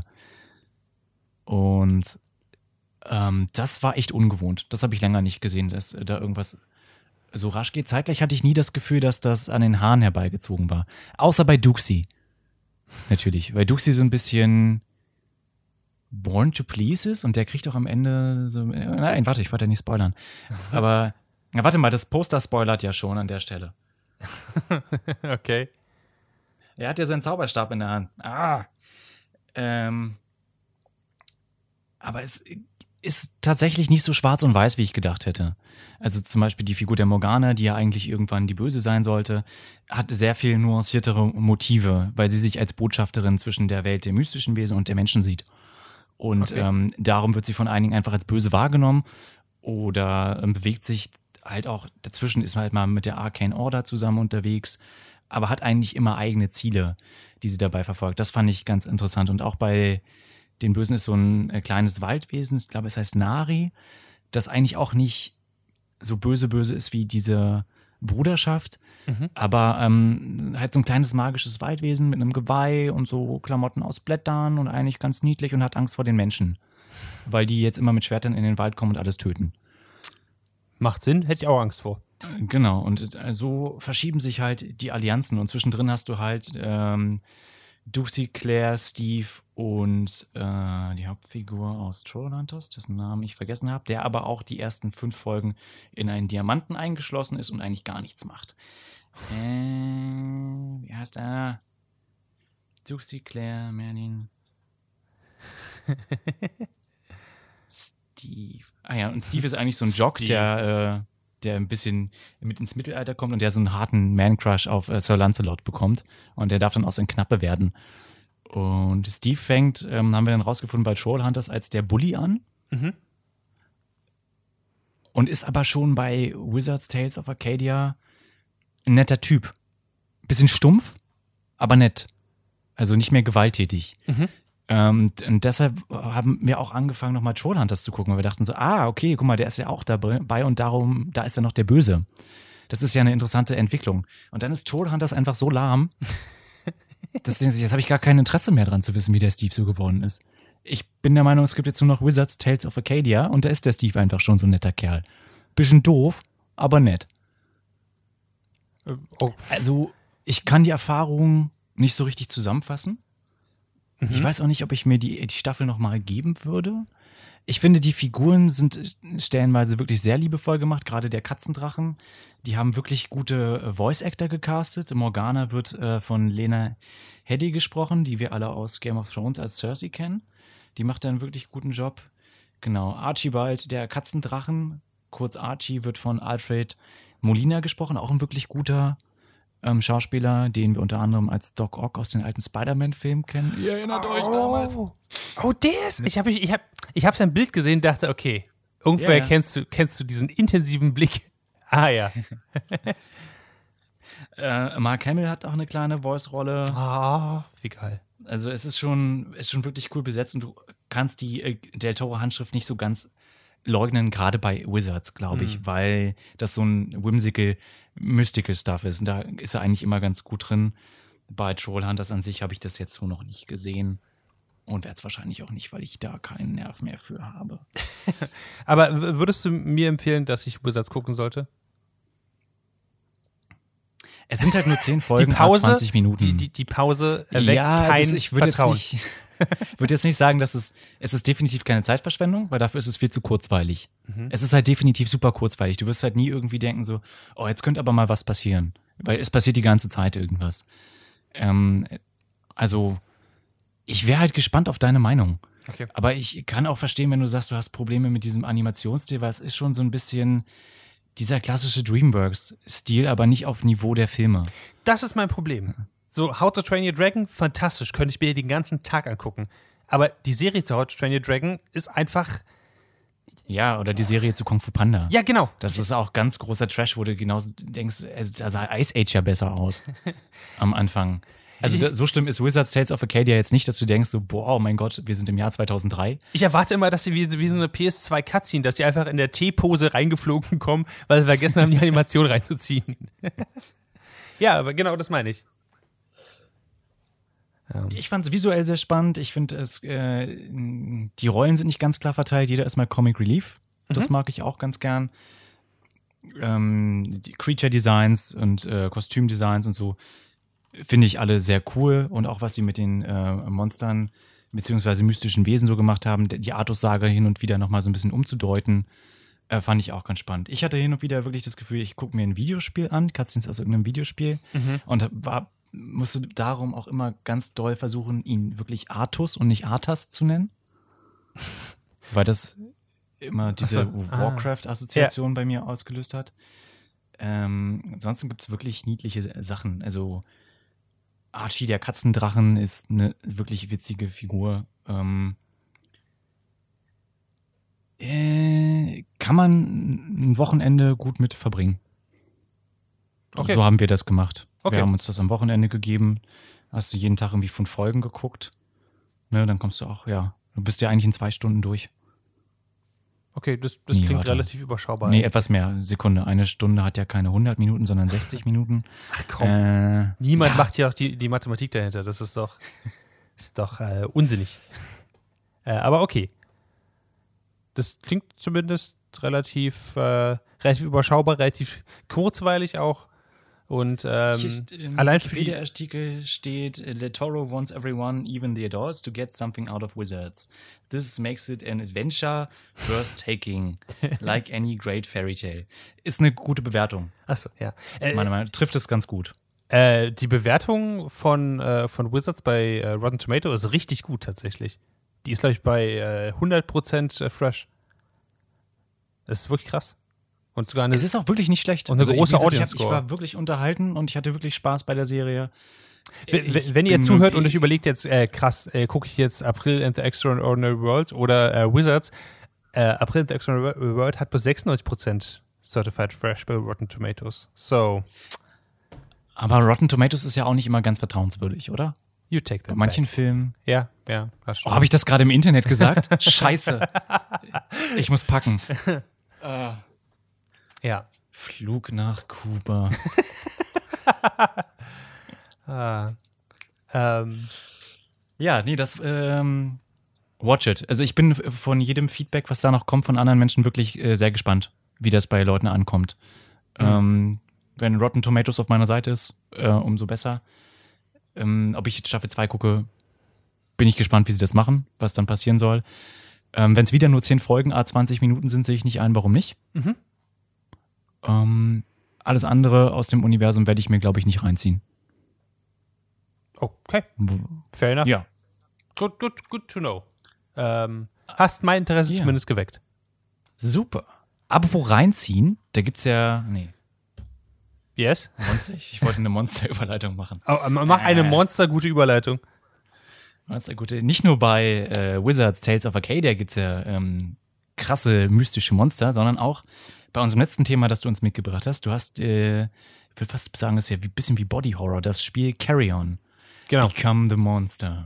Und ähm, das war echt ungewohnt. Das habe ich länger nicht gesehen, dass äh, da irgendwas so rasch geht. Zeitgleich hatte ich nie das Gefühl, dass das an den Haaren herbeigezogen war. Außer bei Duxi. Natürlich, weil Duxi so ein bisschen born to please ist und der kriegt auch am Ende so, äh, nein, warte, ich wollte ja nicht spoilern. Aber, na, warte mal, das Poster spoilert ja schon an der Stelle. Okay. Er hat ja seinen Zauberstab in der Hand. Ah. Ähm. Aber es ist tatsächlich nicht so schwarz und weiß, wie ich gedacht hätte. Also zum Beispiel die Figur der Morgana, die ja eigentlich irgendwann die Böse sein sollte, hat sehr viel nuanciertere Motive, weil sie sich als Botschafterin zwischen der Welt der mystischen Wesen und der Menschen sieht. Und Okay. ähm, darum wird sie von einigen einfach als böse wahrgenommen oder ähm, bewegt sich halt auch, dazwischen ist man halt mal mit der Arcane Order zusammen unterwegs, aber hat eigentlich immer eigene Ziele, die sie dabei verfolgt. Das fand ich ganz interessant. Und auch bei den Bösen ist so ein äh, kleines Waldwesen, ich glaube, es heißt Nari, das eigentlich auch nicht so böse böse ist wie diese Bruderschaft, Mhm. aber ähm, halt so ein kleines magisches Waldwesen mit einem Geweih und so Klamotten aus Blättern und eigentlich ganz niedlich und hat Angst vor den Menschen, weil die jetzt immer mit Schwertern in den Wald kommen und alles töten. Macht Sinn, hätte ich auch Angst vor. Genau, und äh, so verschieben sich halt die Allianzen und zwischendrin hast du halt ähm, Duxi, Claire, Steve und äh, die Hauptfigur aus Trollhunters, dessen Namen ich vergessen habe, der aber auch die ersten fünf Folgen in einen Diamanten eingeschlossen ist und eigentlich gar nichts macht. Äh, wie heißt er? Duxi, Claire, Merlin. Steve. Ah ja, und Steve ist eigentlich so ein Jock, Steve. der der ein bisschen mit ins Mittelalter kommt und der so einen harten Man-Crush auf äh, Sir Lancelot bekommt. Und der darf dann auch sein Knappe werden. Und Steve fängt, ähm, haben wir dann rausgefunden, bei Trollhunters als der Bully an. Mhm. Und ist aber schon bei Wizards Tales of Arcadia ein netter Typ. Bisschen stumpf, aber nett. Also nicht mehr gewalttätig. Mhm. Ähm, und deshalb haben wir auch angefangen, nochmal Trollhunters zu gucken, weil wir dachten so, ah, okay, guck mal, der ist ja auch dabei und darum, da ist er noch der Böse. Das ist ja eine interessante Entwicklung. Und dann ist Trollhunters einfach so lahm, dass jetzt habe ich gar kein Interesse mehr dran zu wissen, wie der Steve so geworden ist. Ich bin der Meinung, es gibt jetzt nur noch Wizards Tales of Arcadia und da ist der Steve einfach schon so ein netter Kerl. Bisschen doof, aber nett. Äh, oh. Also, ich kann die Erfahrung nicht so richtig zusammenfassen. Mhm. Ich weiß auch nicht, ob ich mir die, die Staffel nochmal geben würde. Ich finde, die Figuren sind stellenweise wirklich sehr liebevoll gemacht, gerade der Katzendrachen. Die haben wirklich gute Voice-Actor gecastet. Morgana wird äh, von Lena Headey gesprochen, die wir alle aus Game of Thrones als Cersei kennen. Die macht da einen wirklich guten Job. Genau, Archibald, der Katzendrachen, kurz Archie, wird von Alfred Molina gesprochen, auch ein wirklich guter ähm, Schauspieler, den wir unter anderem als Doc Ock aus den alten Spider-Man-Filmen kennen. Ihr erinnert euch damals. Oh, der ist. Ich habe ich, ich hab, ich hab sein Bild gesehen und dachte, okay, irgendwoher Ja, ja. kennst du, kennst du diesen intensiven Blick. Ah ja. äh, Mark Hamill hat auch eine kleine Voice-Rolle. Ah, wie geil. Also es ist schon, ist schon wirklich cool besetzt und du kannst die äh, Del Toro-Handschrift nicht so ganz leugnen, gerade bei Wizards, glaube ich, Mhm. weil das so ein whimsical, mystical Stuff ist. Und da ist er eigentlich immer ganz gut drin. Bei Trollhunters an sich habe ich das jetzt so noch nicht gesehen. Und werde es wahrscheinlich auch nicht, weil ich da keinen Nerv mehr für habe. Aber w- würdest du mir empfehlen, dass ich Wizards gucken sollte? Es sind halt nur zehn Folgen, die Pause, zwanzig Minuten. Die, die, die Pause erweckt ja, kein es ist, ich würde jetzt Vertrauen. nicht, würde jetzt nicht sagen, dass es, es ist definitiv keine Zeitverschwendung, weil dafür ist es viel zu kurzweilig. Mhm. Es ist halt definitiv super kurzweilig. Du wirst halt nie irgendwie denken so, oh, jetzt könnte aber mal was passieren. Weil es passiert die ganze Zeit irgendwas. Ähm, also, ich wäre halt gespannt auf deine Meinung. Okay. Aber ich kann auch verstehen, wenn du sagst, du hast Probleme mit diesem Animationsstil, weil es ist schon so ein bisschen dieser klassische DreamWorks-Stil, aber nicht auf Niveau der Filme. Das ist mein Problem. So, How to Train Your Dragon, fantastisch, könnte ich mir den ganzen Tag angucken. Aber die Serie zu How to Train Your Dragon ist einfach, Ja, oder die Serie zu Kung Fu Panda. ja genau. Das ist auch ganz großer Trash, wo du genauso denkst, also, da sah Ice Age ja besser aus am Anfang. Also da, so schlimm ist Wizards Tales of Arcadia jetzt nicht, dass du denkst so, boah, oh mein Gott, wir sind im Jahr zweitausenddrei. Ich erwarte immer, dass sie wie, wie so eine P S zwei Cutscene, dass die einfach in der T-Pose reingeflogen kommen, weil sie vergessen haben, die Animation reinzuziehen. Ja, aber genau das meine ich. Ich fand es visuell sehr spannend. Ich finde, es äh, die Rollen sind nicht ganz klar verteilt. Jeder ist mal Comic Relief. Das mag ich auch ganz gern. Ähm, die Creature Designs und äh, Kostümdesigns und so finde ich alle sehr cool. Und auch was sie mit den äh, Monstern beziehungsweise mystischen Wesen so gemacht haben, die Artus-Saga hin und wieder nochmal so ein bisschen umzudeuten, äh, fand ich auch ganz spannend. Ich hatte hin und wieder wirklich das Gefühl, ich gucke mir ein Videospiel an, Cutscenes aus irgendeinem Videospiel und war musste darum auch immer ganz doll versuchen, ihn wirklich Artus und nicht Arthas zu nennen. Weil das immer diese Ach so, ah. Warcraft-Assoziation bei mir ausgelöst hat. Ähm, ansonsten gibt es wirklich niedliche Sachen. Also Archie, der Katzendrachen, ist eine wirklich witzige Figur. Ähm, äh, kann man ein Wochenende gut mit verbringen. Okay. So haben wir das gemacht. Okay. Wir haben uns das am Wochenende gegeben. Hast du jeden Tag irgendwie fünf Folgen geguckt. Ne, dann kommst du auch, ja, du bist ja eigentlich in zwei Stunden durch. Okay, das, das Nee, klingt warte. relativ überschaubar. Nee, etwas mehr. Sekunde. Eine Stunde hat ja keine hundert Minuten, sondern sechzig Minuten. Ach komm, Äh, niemand ja. macht ja auch die, die Mathematik dahinter. Das ist doch, ist doch äh, unsinnig. Äh, aber okay. Das klingt zumindest relativ, äh, relativ überschaubar, relativ kurzweilig auch. Und ähm, Hier st- im allein für die, Wikipedia-Artikel steht, Le Toro wants everyone, even the adults, to get something out of Wizards. This makes it an adventure worth taking, like any great fairy tale. Ist eine gute Bewertung, achso, ja. Äh, meiner Meinung nach. Trifft es ganz gut. äh, die Bewertung von, äh, von Wizards bei äh, Rotten Tomato ist richtig gut tatsächlich. Die ist, glaube ich, bei äh, hundert Prozent fresh. Das ist wirklich krass. Und sogar eine, es ist auch wirklich nicht schlecht. Und eine also, große ich, Audience ich, ich war wirklich unterhalten und ich hatte wirklich Spaß bei der Serie. Wenn, Ich wenn ihr bin zuhört nur- und euch überlegt jetzt, äh, krass, äh, gucke ich jetzt April and the Extraordinary World oder äh, Wizards, äh, April and the Extraordinary World hat bis sechsundneunzig Prozent Certified Fresh bei Rotten Tomatoes. So, Aber Rotten Tomatoes ist ja auch nicht immer ganz vertrauenswürdig, oder? you take that Bei manchen back. Filmen. Ja, ja, das Oh, stimmt. habe ich das gerade im Internet gesagt? Scheiße. Ich muss packen. Äh, Ja. Flug nach Kuba. Ah. Ähm, Ja, nee, das, ähm, watch it. Also ich bin von jedem Feedback, was da noch kommt von anderen Menschen, wirklich äh, sehr gespannt, wie das bei Leuten ankommt. Mhm. Ähm, wenn Rotten Tomatoes auf meiner Seite ist, äh, umso besser. Ähm, ob ich jetzt Staffel zwei gucke, bin ich gespannt, wie sie das machen, was dann passieren soll. Ähm, wenn es wieder nur zehn Folgen, à zwanzig Minuten sind, sehe ich nicht ein, warum nicht. Mhm. Ähm, alles andere aus dem Universum werde ich mir, glaube ich, nicht reinziehen. okay, W- fair enough. Ja. Good, good, good to know. Ähm, hast mein Interesse Ja. zumindest geweckt. Super. Apropos reinziehen, da gibt's ja, nee, Yes? Monster, ich wollte eine Monster-Überleitung machen. Oh, mach eine Äh. monstergute Überleitung. Monstergute. Nicht nur bei äh, Wizards Tales of Arcadia gibt's ja ähm, krasse mystische Monster, sondern auch bei unserem letzten Thema, das du uns mitgebracht hast. Du hast, äh, ich würde fast sagen, das ist ja wie, bisschen wie Body Horror, das Spiel Carry On. Genau. Become the Monster.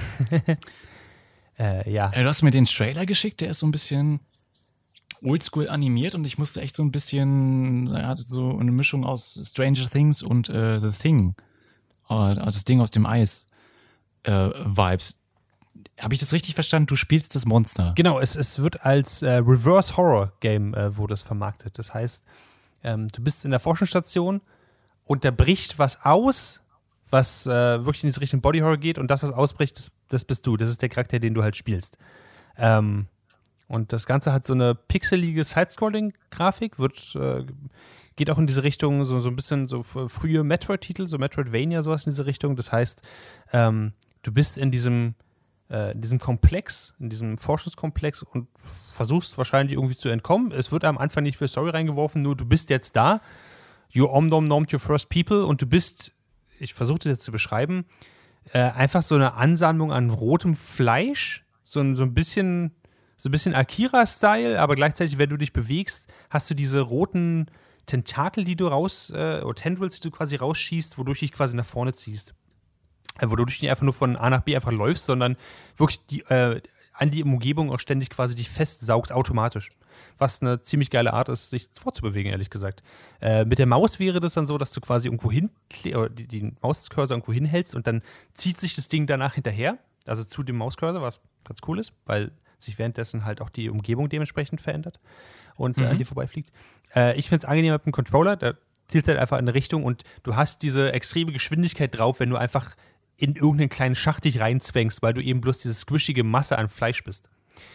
Äh, ja. Äh, du hast mir den Trailer geschickt, der ist so ein bisschen oldschool animiert und ich musste echt so ein bisschen, er hatte so eine Mischung aus Stranger Things und äh, The Thing, äh, das Ding aus dem Eis äh, Vibes. Habe ich das richtig verstanden? Du spielst das Monster. Genau, es, es wird als äh, Reverse Horror Game äh, wurde es vermarktet. Das heißt, ähm, du bist in der Forschungsstation und da bricht was aus, was äh, wirklich in diese Richtung Body Horror geht und das, was ausbricht, das, das bist du. Das ist der Charakter, den du halt spielst. Ähm, und das Ganze hat so eine pixelige Sidescrolling-Grafik, wird äh, geht auch in diese Richtung, so, so ein bisschen so f- frühe Metroid-Titel, so Metroidvania, sowas in diese Richtung. Das heißt, ähm, du bist in diesem äh, in diesem Komplex, in diesem Forschungskomplex und versuchst wahrscheinlich irgendwie zu entkommen. Es wird am Anfang nicht viel Story reingeworfen, nur du bist jetzt da. You omnom-nomed your first people und du bist, ich versuche das jetzt zu beschreiben, äh, einfach so eine Ansammlung an rotem Fleisch, so, ein- so ein bisschen so ein bisschen Akira-Style, aber gleichzeitig, wenn du dich bewegst, hast du diese roten Tentakel, die du raus, äh, oder Tendrils, die du quasi rausschießt, wodurch dich quasi nach vorne ziehst. Äh, wodurch du nicht einfach nur von A nach B einfach läufst, sondern wirklich die, äh, an die Umgebung auch ständig quasi dich festsaugst, automatisch. Was eine ziemlich geile Art ist, sich vorzubewegen, ehrlich gesagt. Äh, mit der Maus wäre das dann so, dass du quasi irgendwo hin, oder die, den Mauscursor irgendwo hinhältst und dann zieht sich das Ding danach hinterher, also zu dem Mauscursor, was ganz cool ist, weil sich währenddessen halt auch die Umgebung dementsprechend verändert und äh, Mhm. an dir vorbeifliegt. Äh, ich finde es angenehm mit dem Controller, da zielt halt einfach in eine Richtung und du hast diese extreme Geschwindigkeit drauf, wenn du einfach in irgendeinen kleinen Schacht dich reinzwängst, weil du eben bloß diese squishige Masse an Fleisch bist.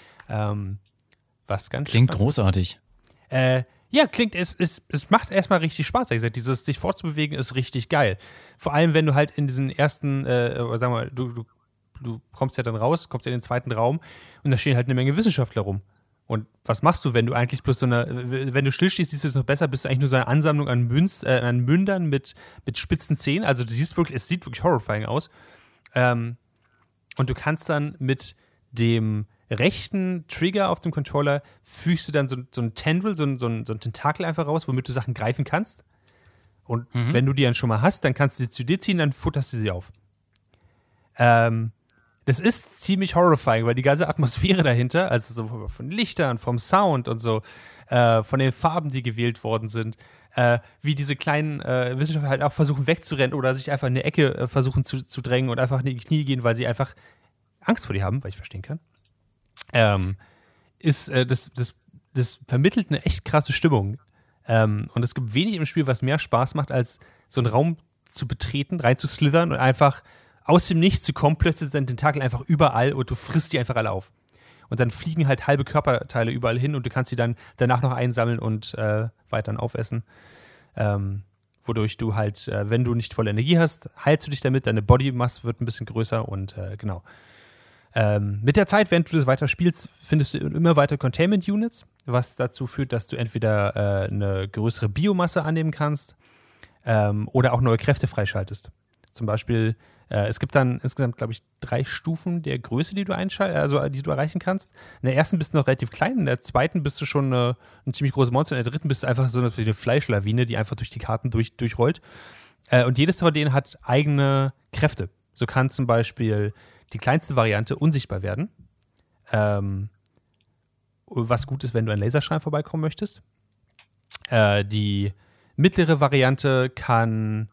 Ähm, was ganz Klingt spannend. großartig. Äh, ja, klingt, es, es, es macht erstmal richtig Spaß. Wie gesagt, dieses sich fortzubewegen ist richtig geil. Vor allem, wenn du halt in diesen ersten, äh, oder sagen wir mal, du, du, du kommst ja dann raus, kommst ja in den zweiten Raum und da stehen halt eine Menge Wissenschaftler rum. Und was machst du, wenn du eigentlich bloß so eine, wenn du stillstehst, siehst du es noch besser, bist du eigentlich nur so eine Ansammlung an, Münz, äh, an Mündern mit, mit spitzen Zähnen. Also du siehst wirklich, es sieht wirklich horrifying aus. Ähm, und du kannst dann mit dem rechten Trigger auf dem Controller fügst du dann so, so ein Tendril, so ein, so, ein, so ein Tentakel einfach raus, womit du Sachen greifen kannst. Und Mhm. wenn du die dann schon mal hast, dann kannst du sie zu dir ziehen, dann futterst du sie auf. Ähm, das ist ziemlich horrifying, weil die ganze Atmosphäre dahinter, also so von Lichtern, vom Sound und so, äh, von den Farben, die gewählt worden sind, äh, wie diese kleinen äh, Wissenschaftler halt auch versuchen wegzurennen oder sich einfach in eine Ecke äh, versuchen zu, zu drängen und einfach in die Knie gehen, weil sie einfach Angst vor dir haben, weil ich verstehen kann, ähm, ist, äh, das, das, das vermittelt eine echt krasse Stimmung. Ähm, und es gibt wenig im Spiel, was mehr Spaß macht, als so einen Raum zu betreten, reinzuslithern und einfach aus dem Nichts zu kommen, plötzlich sind Tentakel einfach überall und du frisst die einfach alle auf. Und dann fliegen halt halbe Körperteile überall hin und du kannst sie dann danach noch einsammeln und äh, weiter aufessen. Ähm, wodurch du halt, äh, wenn du nicht volle Energie hast, heilst du dich damit, deine Body Mass wird ein bisschen größer und äh, genau. Ähm, mit der Zeit, während du das weiter spielst, findest du immer weiter Containment Units, was dazu führt, dass du entweder äh, eine größere Biomasse annehmen kannst ähm, oder auch neue Kräfte freischaltest. Zum Beispiel, äh, es gibt dann insgesamt, glaube ich, drei Stufen der Größe, die du einschal- also die du erreichen kannst. In der ersten bist du noch relativ klein, in der zweiten bist du schon eine, ein ziemlich großes Monster, in der dritten bist du einfach so eine, eine Fleischlawine, die einfach durch die Karten durch, durchrollt. Äh, und jedes von denen hat eigene Kräfte. So kann zum Beispiel die kleinste Variante unsichtbar werden. Ähm, was gut ist, wenn du an Laserschrein vorbeikommen möchtest. Äh, die mittlere Variante kann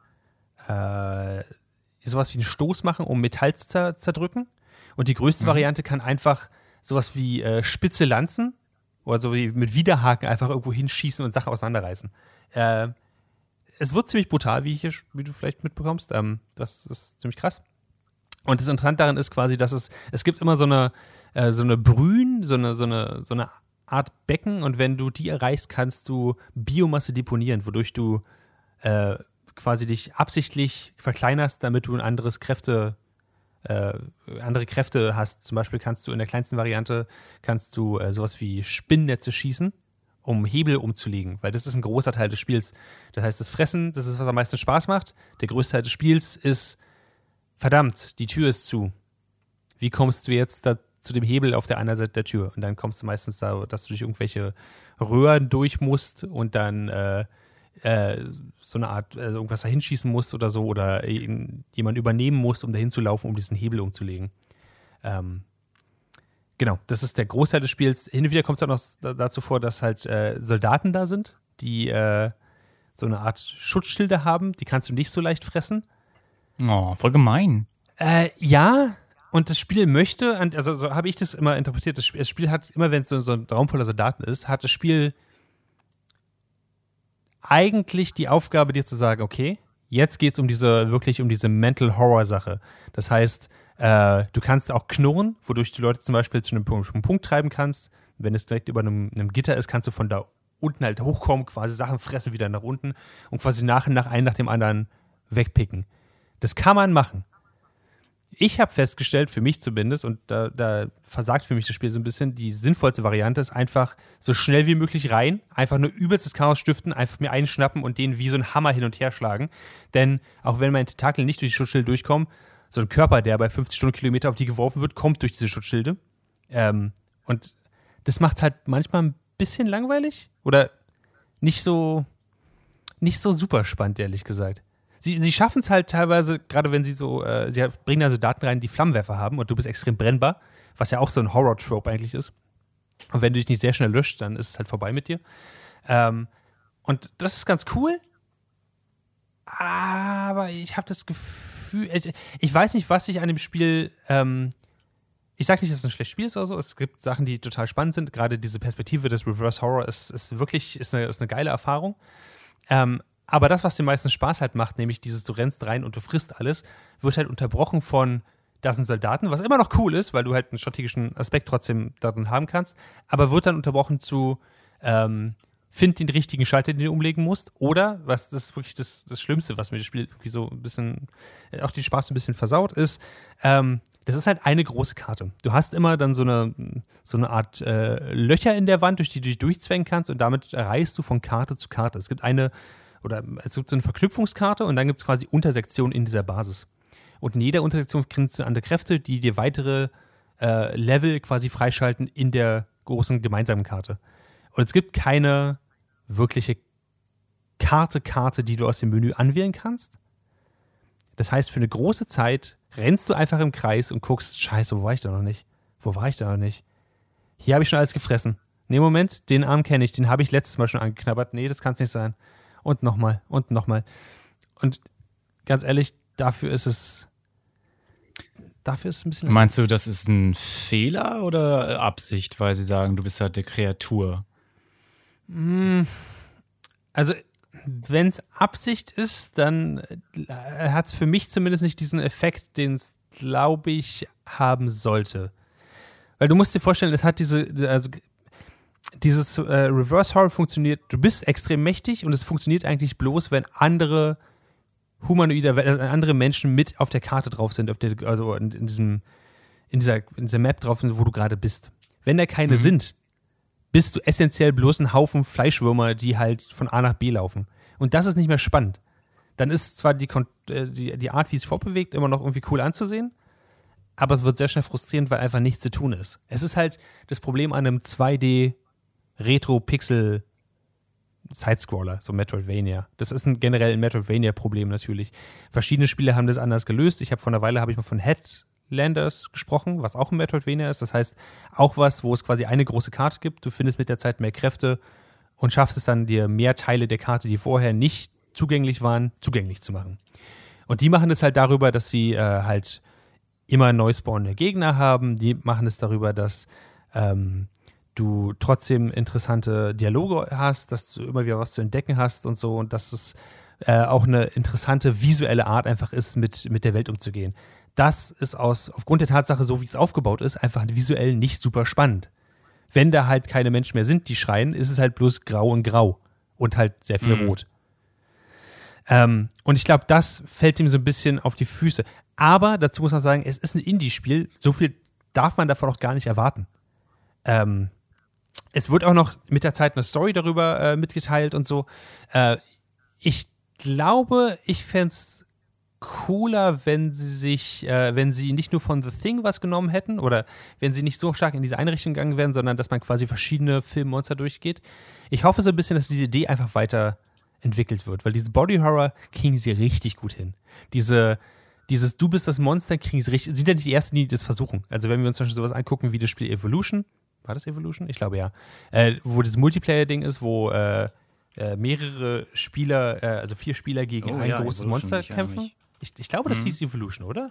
äh, sowas wie einen Stoß machen, um Metall zu zer- zerdrücken. Und die größte mhm. Variante kann einfach sowas wie äh, spitze Lanzen oder so wie mit Widerhaken einfach irgendwo hinschießen und Sachen auseinanderreißen. Äh, es wird ziemlich brutal, wie, ich, wie du vielleicht mitbekommst. Ähm, das, das ist ziemlich krass. Und das Interessante daran ist quasi, dass es, es gibt immer so eine, äh, so eine Brühen, so eine, so, eine, so eine Art Becken und wenn du die erreichst, kannst du Biomasse deponieren, wodurch du äh, quasi dich absichtlich verkleinerst, damit du ein anderes Kräfte, äh, andere Kräfte hast. Zum Beispiel kannst du in der kleinsten Variante kannst du äh, sowas wie Spinnnetze schießen, um Hebel umzulegen, weil das ist ein großer Teil des Spiels. Das heißt, das Fressen, das ist, was am meisten Spaß macht. Der größte Teil des Spiels ist verdammt, die Tür ist zu. Wie kommst du jetzt da zu dem Hebel auf der anderen Seite der Tür? Und dann kommst du meistens da, dass du durch irgendwelche Röhren durch musst und dann äh, äh, so eine Art, äh, irgendwas da hinschießen musst oder so oder jemanden übernehmen musst, um da hinzulaufen, um diesen Hebel umzulegen. Ähm, genau, das ist der Großteil des Spiels. Hin und wieder kommt es auch noch dazu vor, dass halt äh, Soldaten da sind, die äh, so eine Art Schutzschilde haben, die kannst du nicht so leicht fressen. Oh, voll gemein. Äh, ja, und das Spiel möchte, also so habe ich das immer interpretiert, das Spiel, das Spiel hat, immer wenn es so, so ein Raum voller Soldaten ist, hat das Spiel eigentlich die Aufgabe, dir zu sagen, okay, jetzt geht es um diese, wirklich um diese Mental Horror-Sache. Das heißt, äh, du kannst auch knurren, wodurch du Leute zum Beispiel zu einem Punkt, einem Punkt treiben kannst. Wenn es direkt über einem, einem Gitter ist, kannst du von da unten halt hochkommen, quasi Sachen fressen wieder nach unten und quasi nach und nach einen nach dem anderen wegpicken. Das kann man machen. Ich habe festgestellt, für mich zumindest, und da, da versagt für mich das Spiel so ein bisschen, die sinnvollste Variante ist einfach so schnell wie möglich rein, einfach nur übelstes Chaos stiften, einfach mir einschnappen und den wie so ein Hammer hin und her schlagen. Denn auch wenn meine Tentakel nicht durch die Schutzschilde durchkommen, so ein Körper, der bei fünfzig Stundenkilometer auf die geworfen wird, kommt durch diese Schutzschilde. Ähm, und das macht es halt manchmal ein bisschen langweilig oder nicht so, nicht so super spannend, ehrlich gesagt. Sie, sie schaffen es halt teilweise, gerade wenn sie so, äh, sie bringen also Daten rein, die Flammenwerfer haben und du bist extrem brennbar, was ja auch so ein Horror-Trope eigentlich ist. Und wenn du dich nicht sehr schnell löscht, dann ist es halt vorbei mit dir. Ähm, und das ist ganz cool. Aber ich habe das Gefühl, ich, ich weiß nicht, was ich an dem Spiel, ähm, ich sage nicht, dass es ein schlechtes Spiel ist oder so. Es gibt Sachen, die total spannend sind. Gerade diese Perspektive des Reverse Horror ist, ist wirklich ist eine, ist eine geile Erfahrung. Ähm, Aber das, was den meisten Spaß halt macht, nämlich dieses, du rennst rein und du frisst alles, wird halt unterbrochen von, da sind Soldaten, was immer noch cool ist, weil du halt einen strategischen Aspekt trotzdem darin haben kannst, aber wird dann unterbrochen zu, ähm, find den richtigen Schalter, den du umlegen musst, oder, was das ist wirklich das, das Schlimmste, was mir das Spiel irgendwie so ein bisschen, auch den Spaß ein bisschen versaut, ist, ähm, das ist halt eine große Karte. Du hast immer dann so eine, so eine Art äh, Löcher in der Wand, durch die du dich durchzwängen kannst und damit reist du von Karte zu Karte. Es gibt eine Oder es gibt so eine Verknüpfungskarte und dann gibt es quasi Untersektionen in dieser Basis. Und in jeder Untersektion kriegst du andere Kräfte, die dir weitere äh, Level quasi freischalten in der großen gemeinsamen Karte. Und es gibt keine wirkliche Karte, Karte, die du aus dem Menü anwählen kannst. Das heißt, für eine große Zeit rennst du einfach im Kreis und guckst, scheiße, wo war ich da noch nicht? Wo war ich da noch nicht? Hier habe ich schon alles gefressen. Nee, Moment, den Arm kenne ich, den habe ich letztes Mal schon angeknabbert. Nee, das kann es nicht sein. Und nochmal und nochmal. Und ganz ehrlich, dafür ist es dafür ist es ein bisschen... Meinst du, das ist ein Fehler oder Absicht, weil sie sagen, du bist halt eine Kreatur? Also, wenn es Absicht ist, dann hat es für mich zumindest nicht diesen Effekt, den es, glaube ich, haben sollte. Weil du musst dir vorstellen, es hat diese... also Dieses äh, Reverse Horror funktioniert, du bist extrem mächtig und es funktioniert eigentlich bloß, wenn andere Humanoide, äh, andere Menschen mit auf der Karte drauf sind, auf der, also in, in diesem, in dieser, in dieser Map drauf sind, wo du gerade bist. Wenn da keine Mhm. sind, bist du essentiell bloß ein Haufen Fleischwürmer, die halt von A nach B laufen. Und das ist nicht mehr spannend. Dann ist zwar die, Kon- äh, die, die Art, wie es fortbewegt, immer noch irgendwie cool anzusehen, aber es wird sehr schnell frustrierend, weil einfach nichts zu tun ist. Es ist halt das Problem an einem zwei D Retro-Pixel Sidescroller, so Metroidvania. Das ist ein generell ein Metroidvania-Problem natürlich. Verschiedene Spiele haben das anders gelöst. Ich habe vor einer Weile habe ich mal von Headlanders gesprochen, was auch ein Metroidvania ist. Das heißt, auch was, wo es quasi eine große Karte gibt. Du findest mit der Zeit mehr Kräfte und schaffst es dann, dir mehr Teile der Karte, die vorher nicht zugänglich waren, zugänglich zu machen. Und die machen es halt darüber, dass sie äh, halt immer neu spawnende Gegner haben. Die machen es darüber, dass ähm, du trotzdem interessante Dialoge hast, dass du immer wieder was zu entdecken hast und so und dass es äh, auch eine interessante visuelle Art einfach ist, mit, mit der Welt umzugehen. Das ist aus, aufgrund der Tatsache, so wie es aufgebaut ist, einfach visuell nicht super spannend. Wenn da halt keine Menschen mehr sind, die schreien, ist es halt bloß grau und grau und halt sehr viel Mhm. rot. Ähm, und ich glaube, das fällt ihm so ein bisschen auf die Füße. Aber dazu muss man sagen, es ist ein Indie-Spiel, so viel darf man davon auch gar nicht erwarten. Ähm, Es wird auch noch mit der Zeit eine Story darüber äh, mitgeteilt und so. Äh, ich glaube, ich fände es cooler, wenn sie sich, äh, wenn sie nicht nur von The Thing was genommen hätten oder wenn sie nicht so stark in diese Einrichtung gegangen wären, sondern dass man quasi verschiedene Filmmonster durchgeht. Ich hoffe so ein bisschen, dass diese Idee einfach weiterentwickelt wird, weil diese Body Horror kriegen sie richtig gut hin. Diese Dieses Du bist das Monster kriegen sie richtig, sind ja nicht die Ersten, die das versuchen. Also wenn wir uns zum Beispiel sowas angucken wie das Spiel Evolution, war das Evolution? Ich glaube ja. Äh, wo das Multiplayer-Ding ist, wo äh, äh, mehrere Spieler, äh, also vier Spieler gegen Oh ein ja, großes Evolution, Monster ich erinnere kämpfen. mich. Ich, ich glaube, das Mhm. hieß Evolution, oder?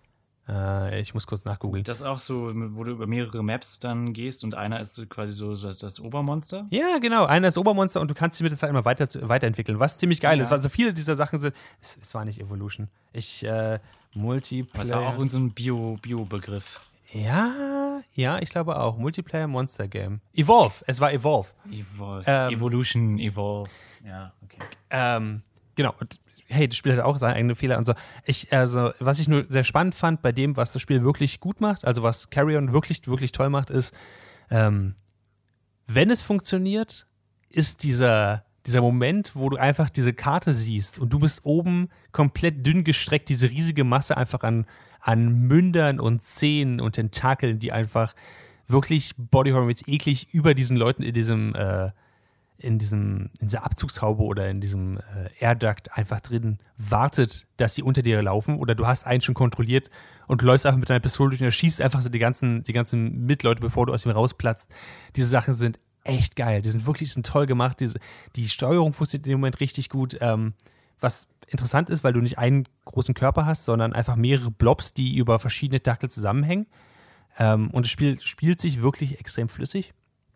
Äh, ich muss kurz nachgoogeln. Das auch so, wo du über mehrere Maps dann gehst und einer ist so quasi so das, das Obermonster. Ja, genau. Einer ist Obermonster und du kannst sie mit der Zeit immer weiter, weiterentwickeln, was ziemlich geil Ja. ist. Also viele dieser Sachen sind, es, es war nicht Evolution. Ich, äh, Multiplayer. Das war auch so ein Bio, Bio-Begriff. Ja, ja, ich glaube auch. Multiplayer Monster Game. Evolve, es war Evolve. Evolve. Ähm, Evolution, Evolve. Ja, okay. Ähm, genau, und hey, das Spiel hat auch seine eigenen Fehler und so. Ich, also, was ich nur sehr spannend fand bei dem, was das Spiel wirklich gut macht, also was Carrion wirklich, wirklich toll macht, ist, ähm, wenn es funktioniert, ist dieser, dieser Moment, wo du einfach diese Karte siehst und du bist oben komplett dünn gestreckt, diese riesige Masse einfach an, an Mündern und Zähnen und Tentakeln, die einfach wirklich Body Horror mit eklig über diesen Leuten in diesem, äh, in diesem, in dieser Abzugshaube oder in diesem äh, Air Duct einfach drin wartet, dass sie unter dir laufen oder du hast einen schon kontrolliert und du läufst einfach mit deiner Pistole durch und schießt einfach so die ganzen, die ganzen Mitleute, bevor du aus ihm rausplatzt. Diese Sachen sind echt geil. Die sind wirklich die sind toll gemacht. Diese, die Steuerung funktioniert in dem Moment richtig gut. Ähm, was interessant ist, weil du nicht einen großen Körper hast, sondern einfach mehrere Blobs, die über verschiedene Dackel zusammenhängen. Ähm, und das Spiel spielt sich wirklich extrem flüssig.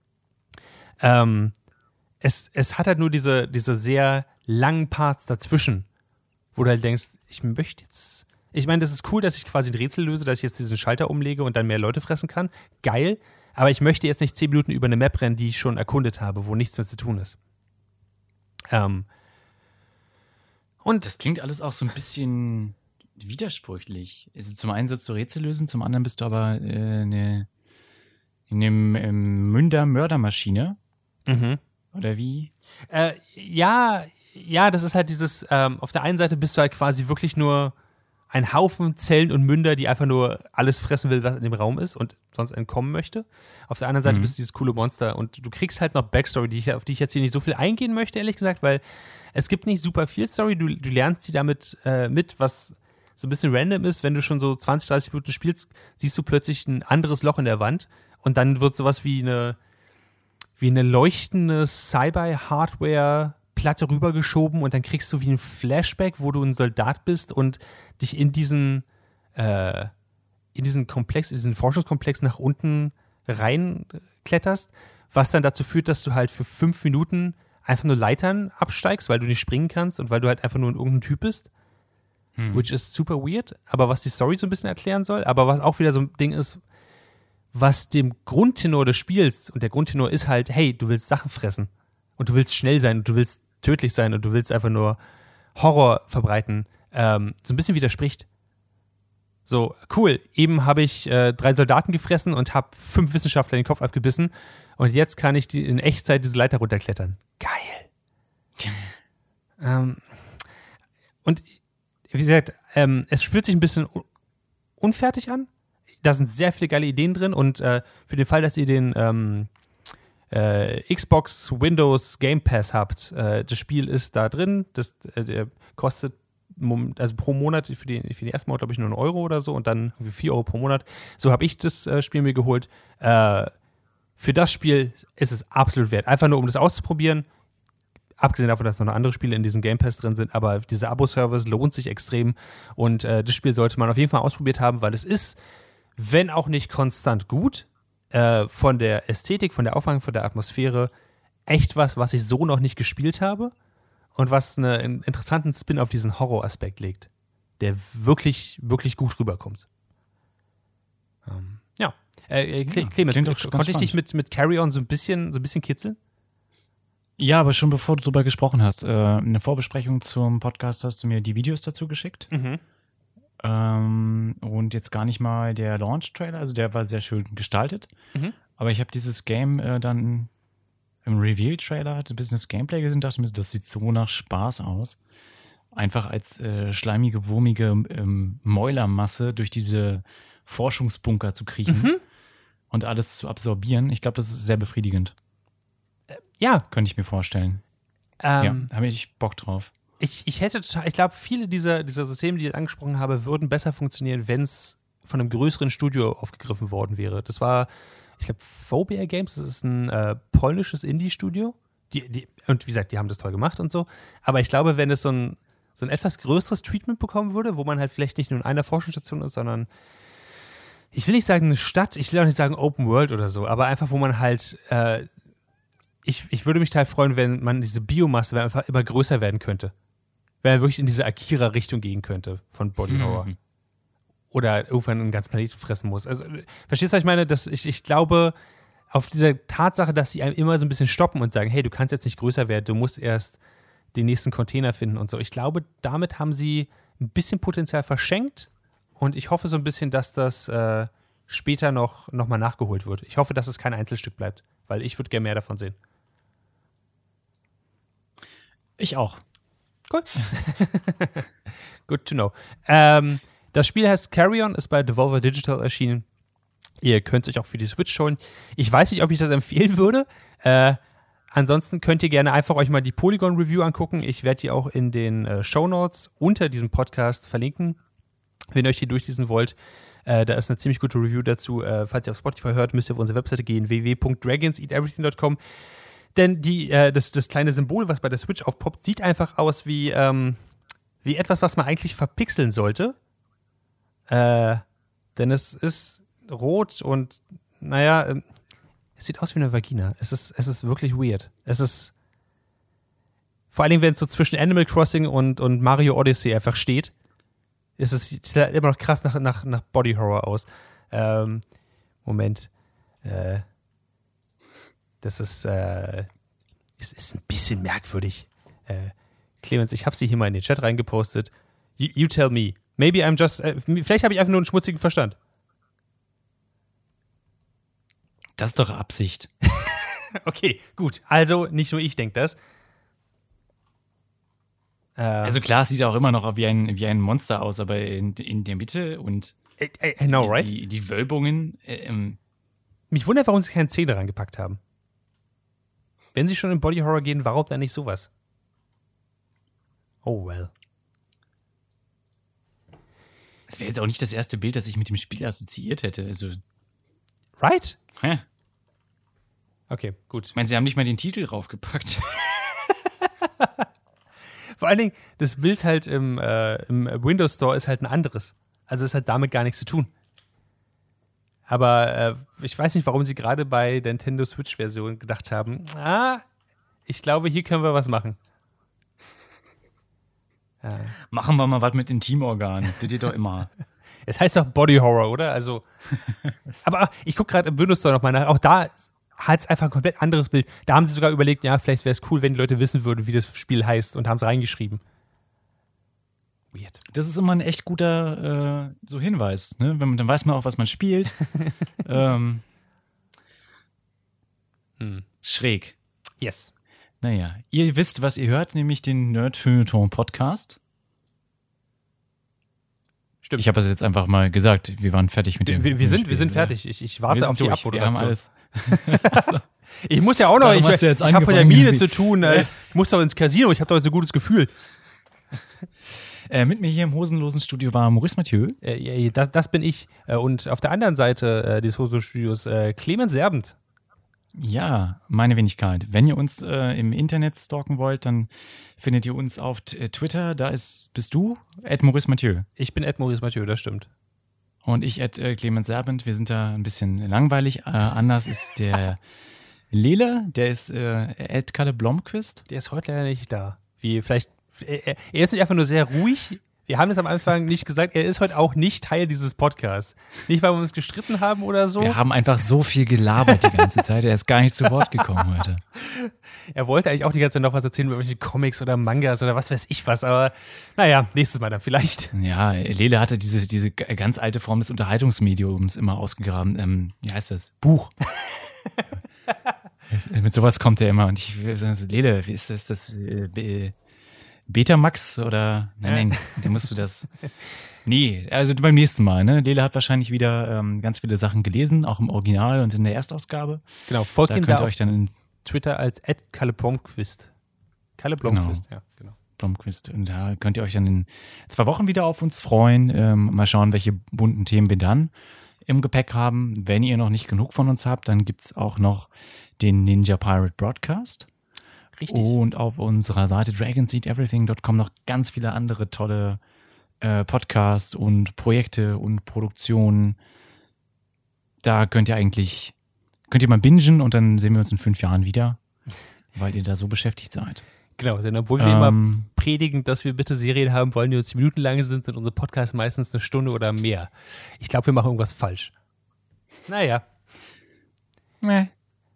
Ähm, Es, es hat halt nur diese, diese sehr langen Parts dazwischen, wo du halt denkst, ich möchte jetzt. Ich meine, das ist cool, dass ich quasi ein Rätsel löse, dass ich jetzt diesen Schalter umlege und dann mehr Leute fressen kann. Geil. Aber ich möchte jetzt nicht zehn Minuten über eine Map rennen, die ich schon erkundet habe, wo nichts mehr zu tun ist. Ähm. Und Das klingt alles auch so ein bisschen widersprüchlich. Also zum einen sollst du Rätsel lösen, zum anderen bist du aber äh, eine, in dem ähm, Münder-Mördermaschine. Mhm. Oder wie? Äh, ja, ja, das ist halt dieses, ähm, auf der einen Seite bist du halt quasi wirklich nur ein Haufen Zellen und Münder, die einfach nur alles fressen will, was in dem Raum ist und sonst entkommen möchte. Auf der anderen Seite Mhm. bist du dieses coole Monster und du kriegst halt noch Backstory, die ich, auf die ich jetzt hier nicht so viel eingehen möchte, ehrlich gesagt, weil es gibt nicht super viel Story, du, du lernst sie damit äh, mit, was so ein bisschen random ist, wenn du schon so zwanzig, dreißig Minuten spielst, siehst du plötzlich ein anderes Loch in der Wand und dann wird sowas wie eine wie eine leuchtende Sci-Fi-Hardware-Platte rübergeschoben und dann kriegst du wie ein Flashback, wo du ein Soldat bist und dich in diesen äh, in diesen Komplex, in diesen Forschungskomplex nach unten reinkletterst, was dann dazu führt, dass du halt für fünf Minuten einfach nur Leitern absteigst, weil du nicht springen kannst und weil du halt einfach nur irgendein Typ bist. Hm. Which is super weird, aber was die Story so ein bisschen erklären soll, aber was auch wieder so ein Ding ist, was dem Grundtenor des Spiels, und der Grundtenor ist halt, hey, du willst Sachen fressen und du willst schnell sein und du willst tödlich sein und du willst einfach nur Horror verbreiten, ähm, so ein bisschen widerspricht. So, cool, eben habe ich äh, drei Soldaten gefressen und habe fünf Wissenschaftler den Kopf abgebissen und jetzt kann ich die in Echtzeit diese Leiter runterklettern. Geil. ähm, und wie gesagt, ähm, es spürt sich ein bisschen un- unfertig an. Da sind sehr viele geile Ideen drin und äh, für den Fall, dass ihr den ähm, äh, Xbox, Windows, Game Pass habt, äh, das Spiel ist da drin, das äh, der kostet also pro Monat, für den, für den ersten Monat glaube ich nur einen Euro oder so und dann vier Euro pro Monat. So habe ich das äh, Spiel mir geholt. Äh, für das Spiel ist es absolut wert. Einfach nur, um das auszuprobieren. Abgesehen davon, dass noch noch andere Spiele in diesem Game Pass drin sind, aber dieser Abo-Service lohnt sich extrem und äh, das Spiel sollte man auf jeden Fall ausprobiert haben, weil es ist, wenn auch nicht konstant gut, äh, von der Ästhetik, von der Aufmachung, von der Atmosphäre echt was, was ich so noch nicht gespielt habe und was eine, einen interessanten Spin auf diesen Horroraspekt legt, der wirklich, wirklich gut rüberkommt. Ähm, ja. Äh, äh, Cle- Ja, Clemens, klingt äh, doch ganz konnte ich dich spannend. mit, mit Carry On so ein bisschen, so ein bisschen kitzeln? Ja, aber schon bevor du darüber gesprochen hast, äh, eine Vorbesprechung zum Podcast hast du mir die Videos dazu geschickt. Mhm. Ähm, und jetzt gar nicht mal der Launch-Trailer, also der war sehr schön gestaltet. Mhm. Aber ich habe dieses Game äh, dann im Reveal-Trailer, hatte ein bisschen das Gameplay gesehen und dachte mir, das sieht so nach Spaß aus. Einfach als äh, schleimige, wurmige ähm, Mäulermasse durch diese Forschungsbunker zu kriechen Mhm. und alles zu absorbieren. Ich glaube, das ist sehr befriedigend. Ja, Könnte ich mir vorstellen. ähm, ja, habe ich Bock drauf. ich, ich hätte total, ich glaube, viele dieser, dieser Systeme, die ich angesprochen habe, würden besser funktionieren, wenn es von einem größeren Studio aufgegriffen worden wäre. Das war, ich glaube, Phobia Games, das ist ein äh, polnisches Indie-Studio. Die, die, und wie gesagt, die haben das toll gemacht und so. Aber ich glaube, wenn es so ein, so ein etwas größeres Treatment bekommen würde, wo man halt vielleicht nicht nur in einer Forschungsstation ist, sondern ich will nicht sagen eine Stadt, ich will auch nicht sagen Open World oder so, aber einfach, wo man halt äh, Ich, ich würde mich total freuen, wenn man diese Biomasse einfach immer größer werden könnte. Wenn man wirklich in diese Akira-Richtung gehen könnte von Body Horror. Mhm. Oder irgendwann einen ganzen Planeten fressen muss. Also, verstehst du, was ich meine? Dass ich, ich glaube, auf dieser Tatsache, dass sie einem immer so ein bisschen stoppen und sagen, hey, du kannst jetzt nicht größer werden, du musst erst den nächsten Container finden und so. Ich glaube, damit haben sie ein bisschen Potenzial verschenkt und ich hoffe so ein bisschen, dass das äh, später noch, noch mal nachgeholt wird. Ich hoffe, dass es kein Einzelstück bleibt, weil ich würde gerne mehr davon sehen. Ich auch. Cool. Good to know. Ähm, das Spiel heißt Carry On, ist bei Devolver Digital erschienen. Ihr könnt es euch auch für die Switch holen. Ich weiß nicht, ob ich das empfehlen würde. Äh, ansonsten könnt ihr gerne einfach euch mal die Polygon-Review angucken. Ich werde die auch in den äh, Shownotes unter diesem Podcast verlinken, wenn ihr euch hier durchlesen wollt. Äh, da ist eine ziemlich gute Review dazu. Äh, falls ihr auf Spotify hört, müsst ihr auf unsere Webseite gehen, w w w punkt dragons eat everything punkt com. Denn die, äh, das, das kleine Symbol, was bei der Switch aufpoppt, sieht einfach aus wie, ähm, wie etwas, was man eigentlich verpixeln sollte. Äh, denn es ist rot und, naja, ähm, es sieht aus wie eine Vagina. Es ist, es ist wirklich weird. Es ist, vor allen Dingen, wenn es so zwischen Animal Crossing und, und Mario Odyssey einfach steht, ist es sieht halt immer noch krass nach, nach, nach Body Horror aus. Ähm, Moment. Äh, Das ist, äh, es ist ein bisschen merkwürdig. Äh, Clemens, ich habe sie hier mal in den Chat reingepostet. You, you tell me. Maybe I'm just, äh, vielleicht habe ich einfach nur einen schmutzigen Verstand. Das ist doch Absicht. Okay, gut. Also, nicht nur ich denke das. Äh, Also klar, es sieht auch immer noch wie ein, wie ein Monster aus, aber in, in der Mitte und I, I know, right? die, die Wölbungen, äh, ähm, Mich wundert, warum sie keine Zähne reingepackt haben. Wenn sie schon in Body Horror gehen, warum dann nicht sowas? Oh well. das wäre jetzt auch nicht das erste Bild, das ich mit dem Spiel assoziiert hätte. Also, Right? hä? Okay, gut. Ich meine, sie haben nicht mal den Titel draufgepackt. Vor allen Dingen, das Bild halt im, äh, im Windows Store ist halt ein anderes. Also es hat damit gar nichts zu tun. Aber äh, ich weiß nicht, warum sie gerade bei der Nintendo Switch-Version gedacht haben, ah, ich glaube, hier können wir was machen. Ja. Machen wir mal was mit Intimorganen. Das geht doch immer. Es heißt doch Body Horror, oder? Also, aber ich gucke gerade im Windows Store nochmal nach. Auch da hat es einfach ein komplett anderes Bild. Da haben sie sogar überlegt, ja, vielleicht wäre es cool, wenn die Leute wissen würden, wie das Spiel heißt und haben es reingeschrieben. Weird. Das ist immer ein echt guter äh, so Hinweis. Ne? Wenn man, dann weiß man auch, was man spielt. ähm, Hm. Schräg. Yes. Naja, ihr wisst, was ihr hört, nämlich den Nerd-Feuilleton-Podcast. Stimmt. Ich habe es jetzt einfach mal gesagt. Wir waren fertig mit Wir, dem wir, wir, sind, Spiel, wir sind oder? fertig. Ich, ich warte Wir auf sind die durch. Wir haben Abmoderation. alles. Ich muss ja auch noch, Darum ich, hast du jetzt ich habe von der angefangen, Mine irgendwie. zu tun. Äh, ich muss doch ins Casino, ich habe doch jetzt ein gutes Gefühl. Äh, mit mir hier im hosenlosen Studio war Maurice Mathieu. Äh, ja, das, das bin ich. Äh, und auf der anderen Seite äh, des Hosenstudios äh, Clemens Serbent. Ja, meine Wenigkeit. Wenn ihr uns äh, im Internet stalken wollt, dann findet ihr uns auf t- Twitter. Da ist, bist du, at Maurice Mathieu. Ich bin Ed Maurice Mathieu, das stimmt. Und ich, at äh, Clemens Serbent. Wir sind da ein bisschen langweilig. Äh, anders ist der Lele, der ist äh, at Kalle Blomqvist. Der ist heute leider nicht da. Wie vielleicht, er, er ist nicht einfach nur sehr ruhig. Wir haben es am Anfang nicht gesagt, er ist heute auch nicht Teil dieses Podcasts. Nicht, weil wir uns gestritten haben oder so. Wir haben einfach so viel gelabert die ganze Zeit. Er ist gar nicht zu Wort gekommen heute. Er wollte eigentlich auch die ganze Zeit noch was erzählen über irgendwelche Comics oder Mangas oder was weiß ich was, aber naja, nächstes Mal dann vielleicht. Ja, Lele hatte diese, diese g- ganz alte Form des Unterhaltungsmediums immer ausgegraben. Ähm, wie heißt das? Buch. Mit sowas kommt er immer. Und ich Lele, wie ist das? das äh, Be- Betamax oder? Nein, nein, dann musst du das. Nee, also beim nächsten Mal, ne? Lele hat wahrscheinlich wieder ähm, ganz viele Sachen gelesen, auch im Original und in der Erstausgabe. Genau, folgt Da ihm könnt da ihr auf euch dann in Twitter als at Kalle Blomqvist. Kalle Blomqvist, ja, genau. Blomqvist. Und da könnt ihr euch dann in zwei Wochen wieder auf uns freuen. Ähm, mal schauen, welche bunten Themen wir dann im Gepäck haben. Wenn ihr noch nicht genug von uns habt, dann gibt's auch noch den Ninja Pirate Broadcast. Richtig. Und auf unserer Seite dragon seed everything dot com noch ganz viele andere tolle äh, Podcasts und Projekte und Produktionen. Da könnt ihr eigentlich, könnt ihr mal bingen und dann sehen wir uns in fünf Jahren wieder, weil ihr da so beschäftigt seid. Genau, denn obwohl wir immer Ähm, predigen, dass wir bitte Serien haben wollen, die uns Minuten lang sind, sind unsere Podcasts meistens eine Stunde oder mehr. Ich glaube, wir machen irgendwas falsch. Naja. Nee.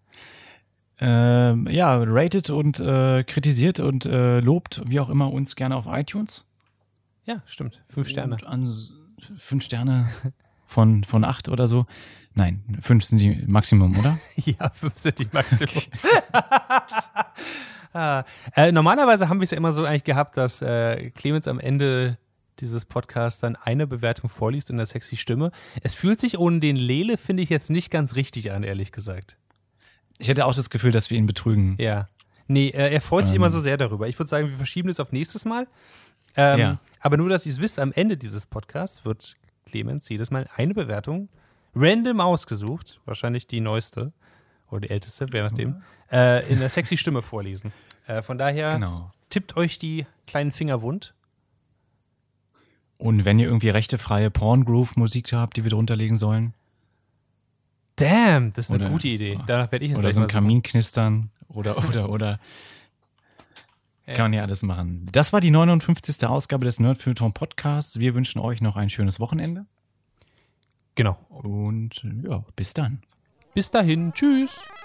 Ähm, ja, ratet und äh, kritisiert und äh, lobt, wie auch immer, uns gerne auf iTunes. Ja, stimmt. Fünf Sterne. Und an, fünf Sterne von, von acht oder so. Nein, fünf sind die Maximum, oder? Ja, fünf sind die Maximum. ah, äh, normalerweise haben wir es ja immer so eigentlich gehabt, dass äh, Clemens am Ende dieses Podcasts dann eine Bewertung vorliest in der sexy Stimme. Es fühlt sich ohne den Lele, finde ich, jetzt nicht ganz richtig an, ehrlich gesagt. Ich hätte auch das Gefühl, dass wir ihn betrügen. Ja. Nee, äh, er freut sich Ähm. immer so sehr darüber. Ich würde sagen, wir verschieben es auf nächstes Mal. Ähm, Ja. Aber nur, dass ihr es wisst, am Ende dieses Podcasts wird Clemens jedes Mal eine Bewertung random ausgesucht, wahrscheinlich die neueste oder die älteste, je nachdem, äh, in der sexy Stimme vorlesen. Äh, von daher Genau. tippt euch die kleinen Finger wund. Und wenn ihr irgendwie rechtefreie Porn-Groove-Musik habt, die wir drunter legen sollen. Damn, das ist eine Oder- gute Idee. Danach werde ich es Oder gleich so ein mal suchen. Kamin knistern. Oder, oder, oder. Kann man ja alles machen. Das war die neunundfünfzigste Ausgabe des Nerdfeuilleton Podcasts. Wir wünschen euch noch ein schönes Wochenende. Genau. Und ja, bis dann. Bis dahin. Tschüss.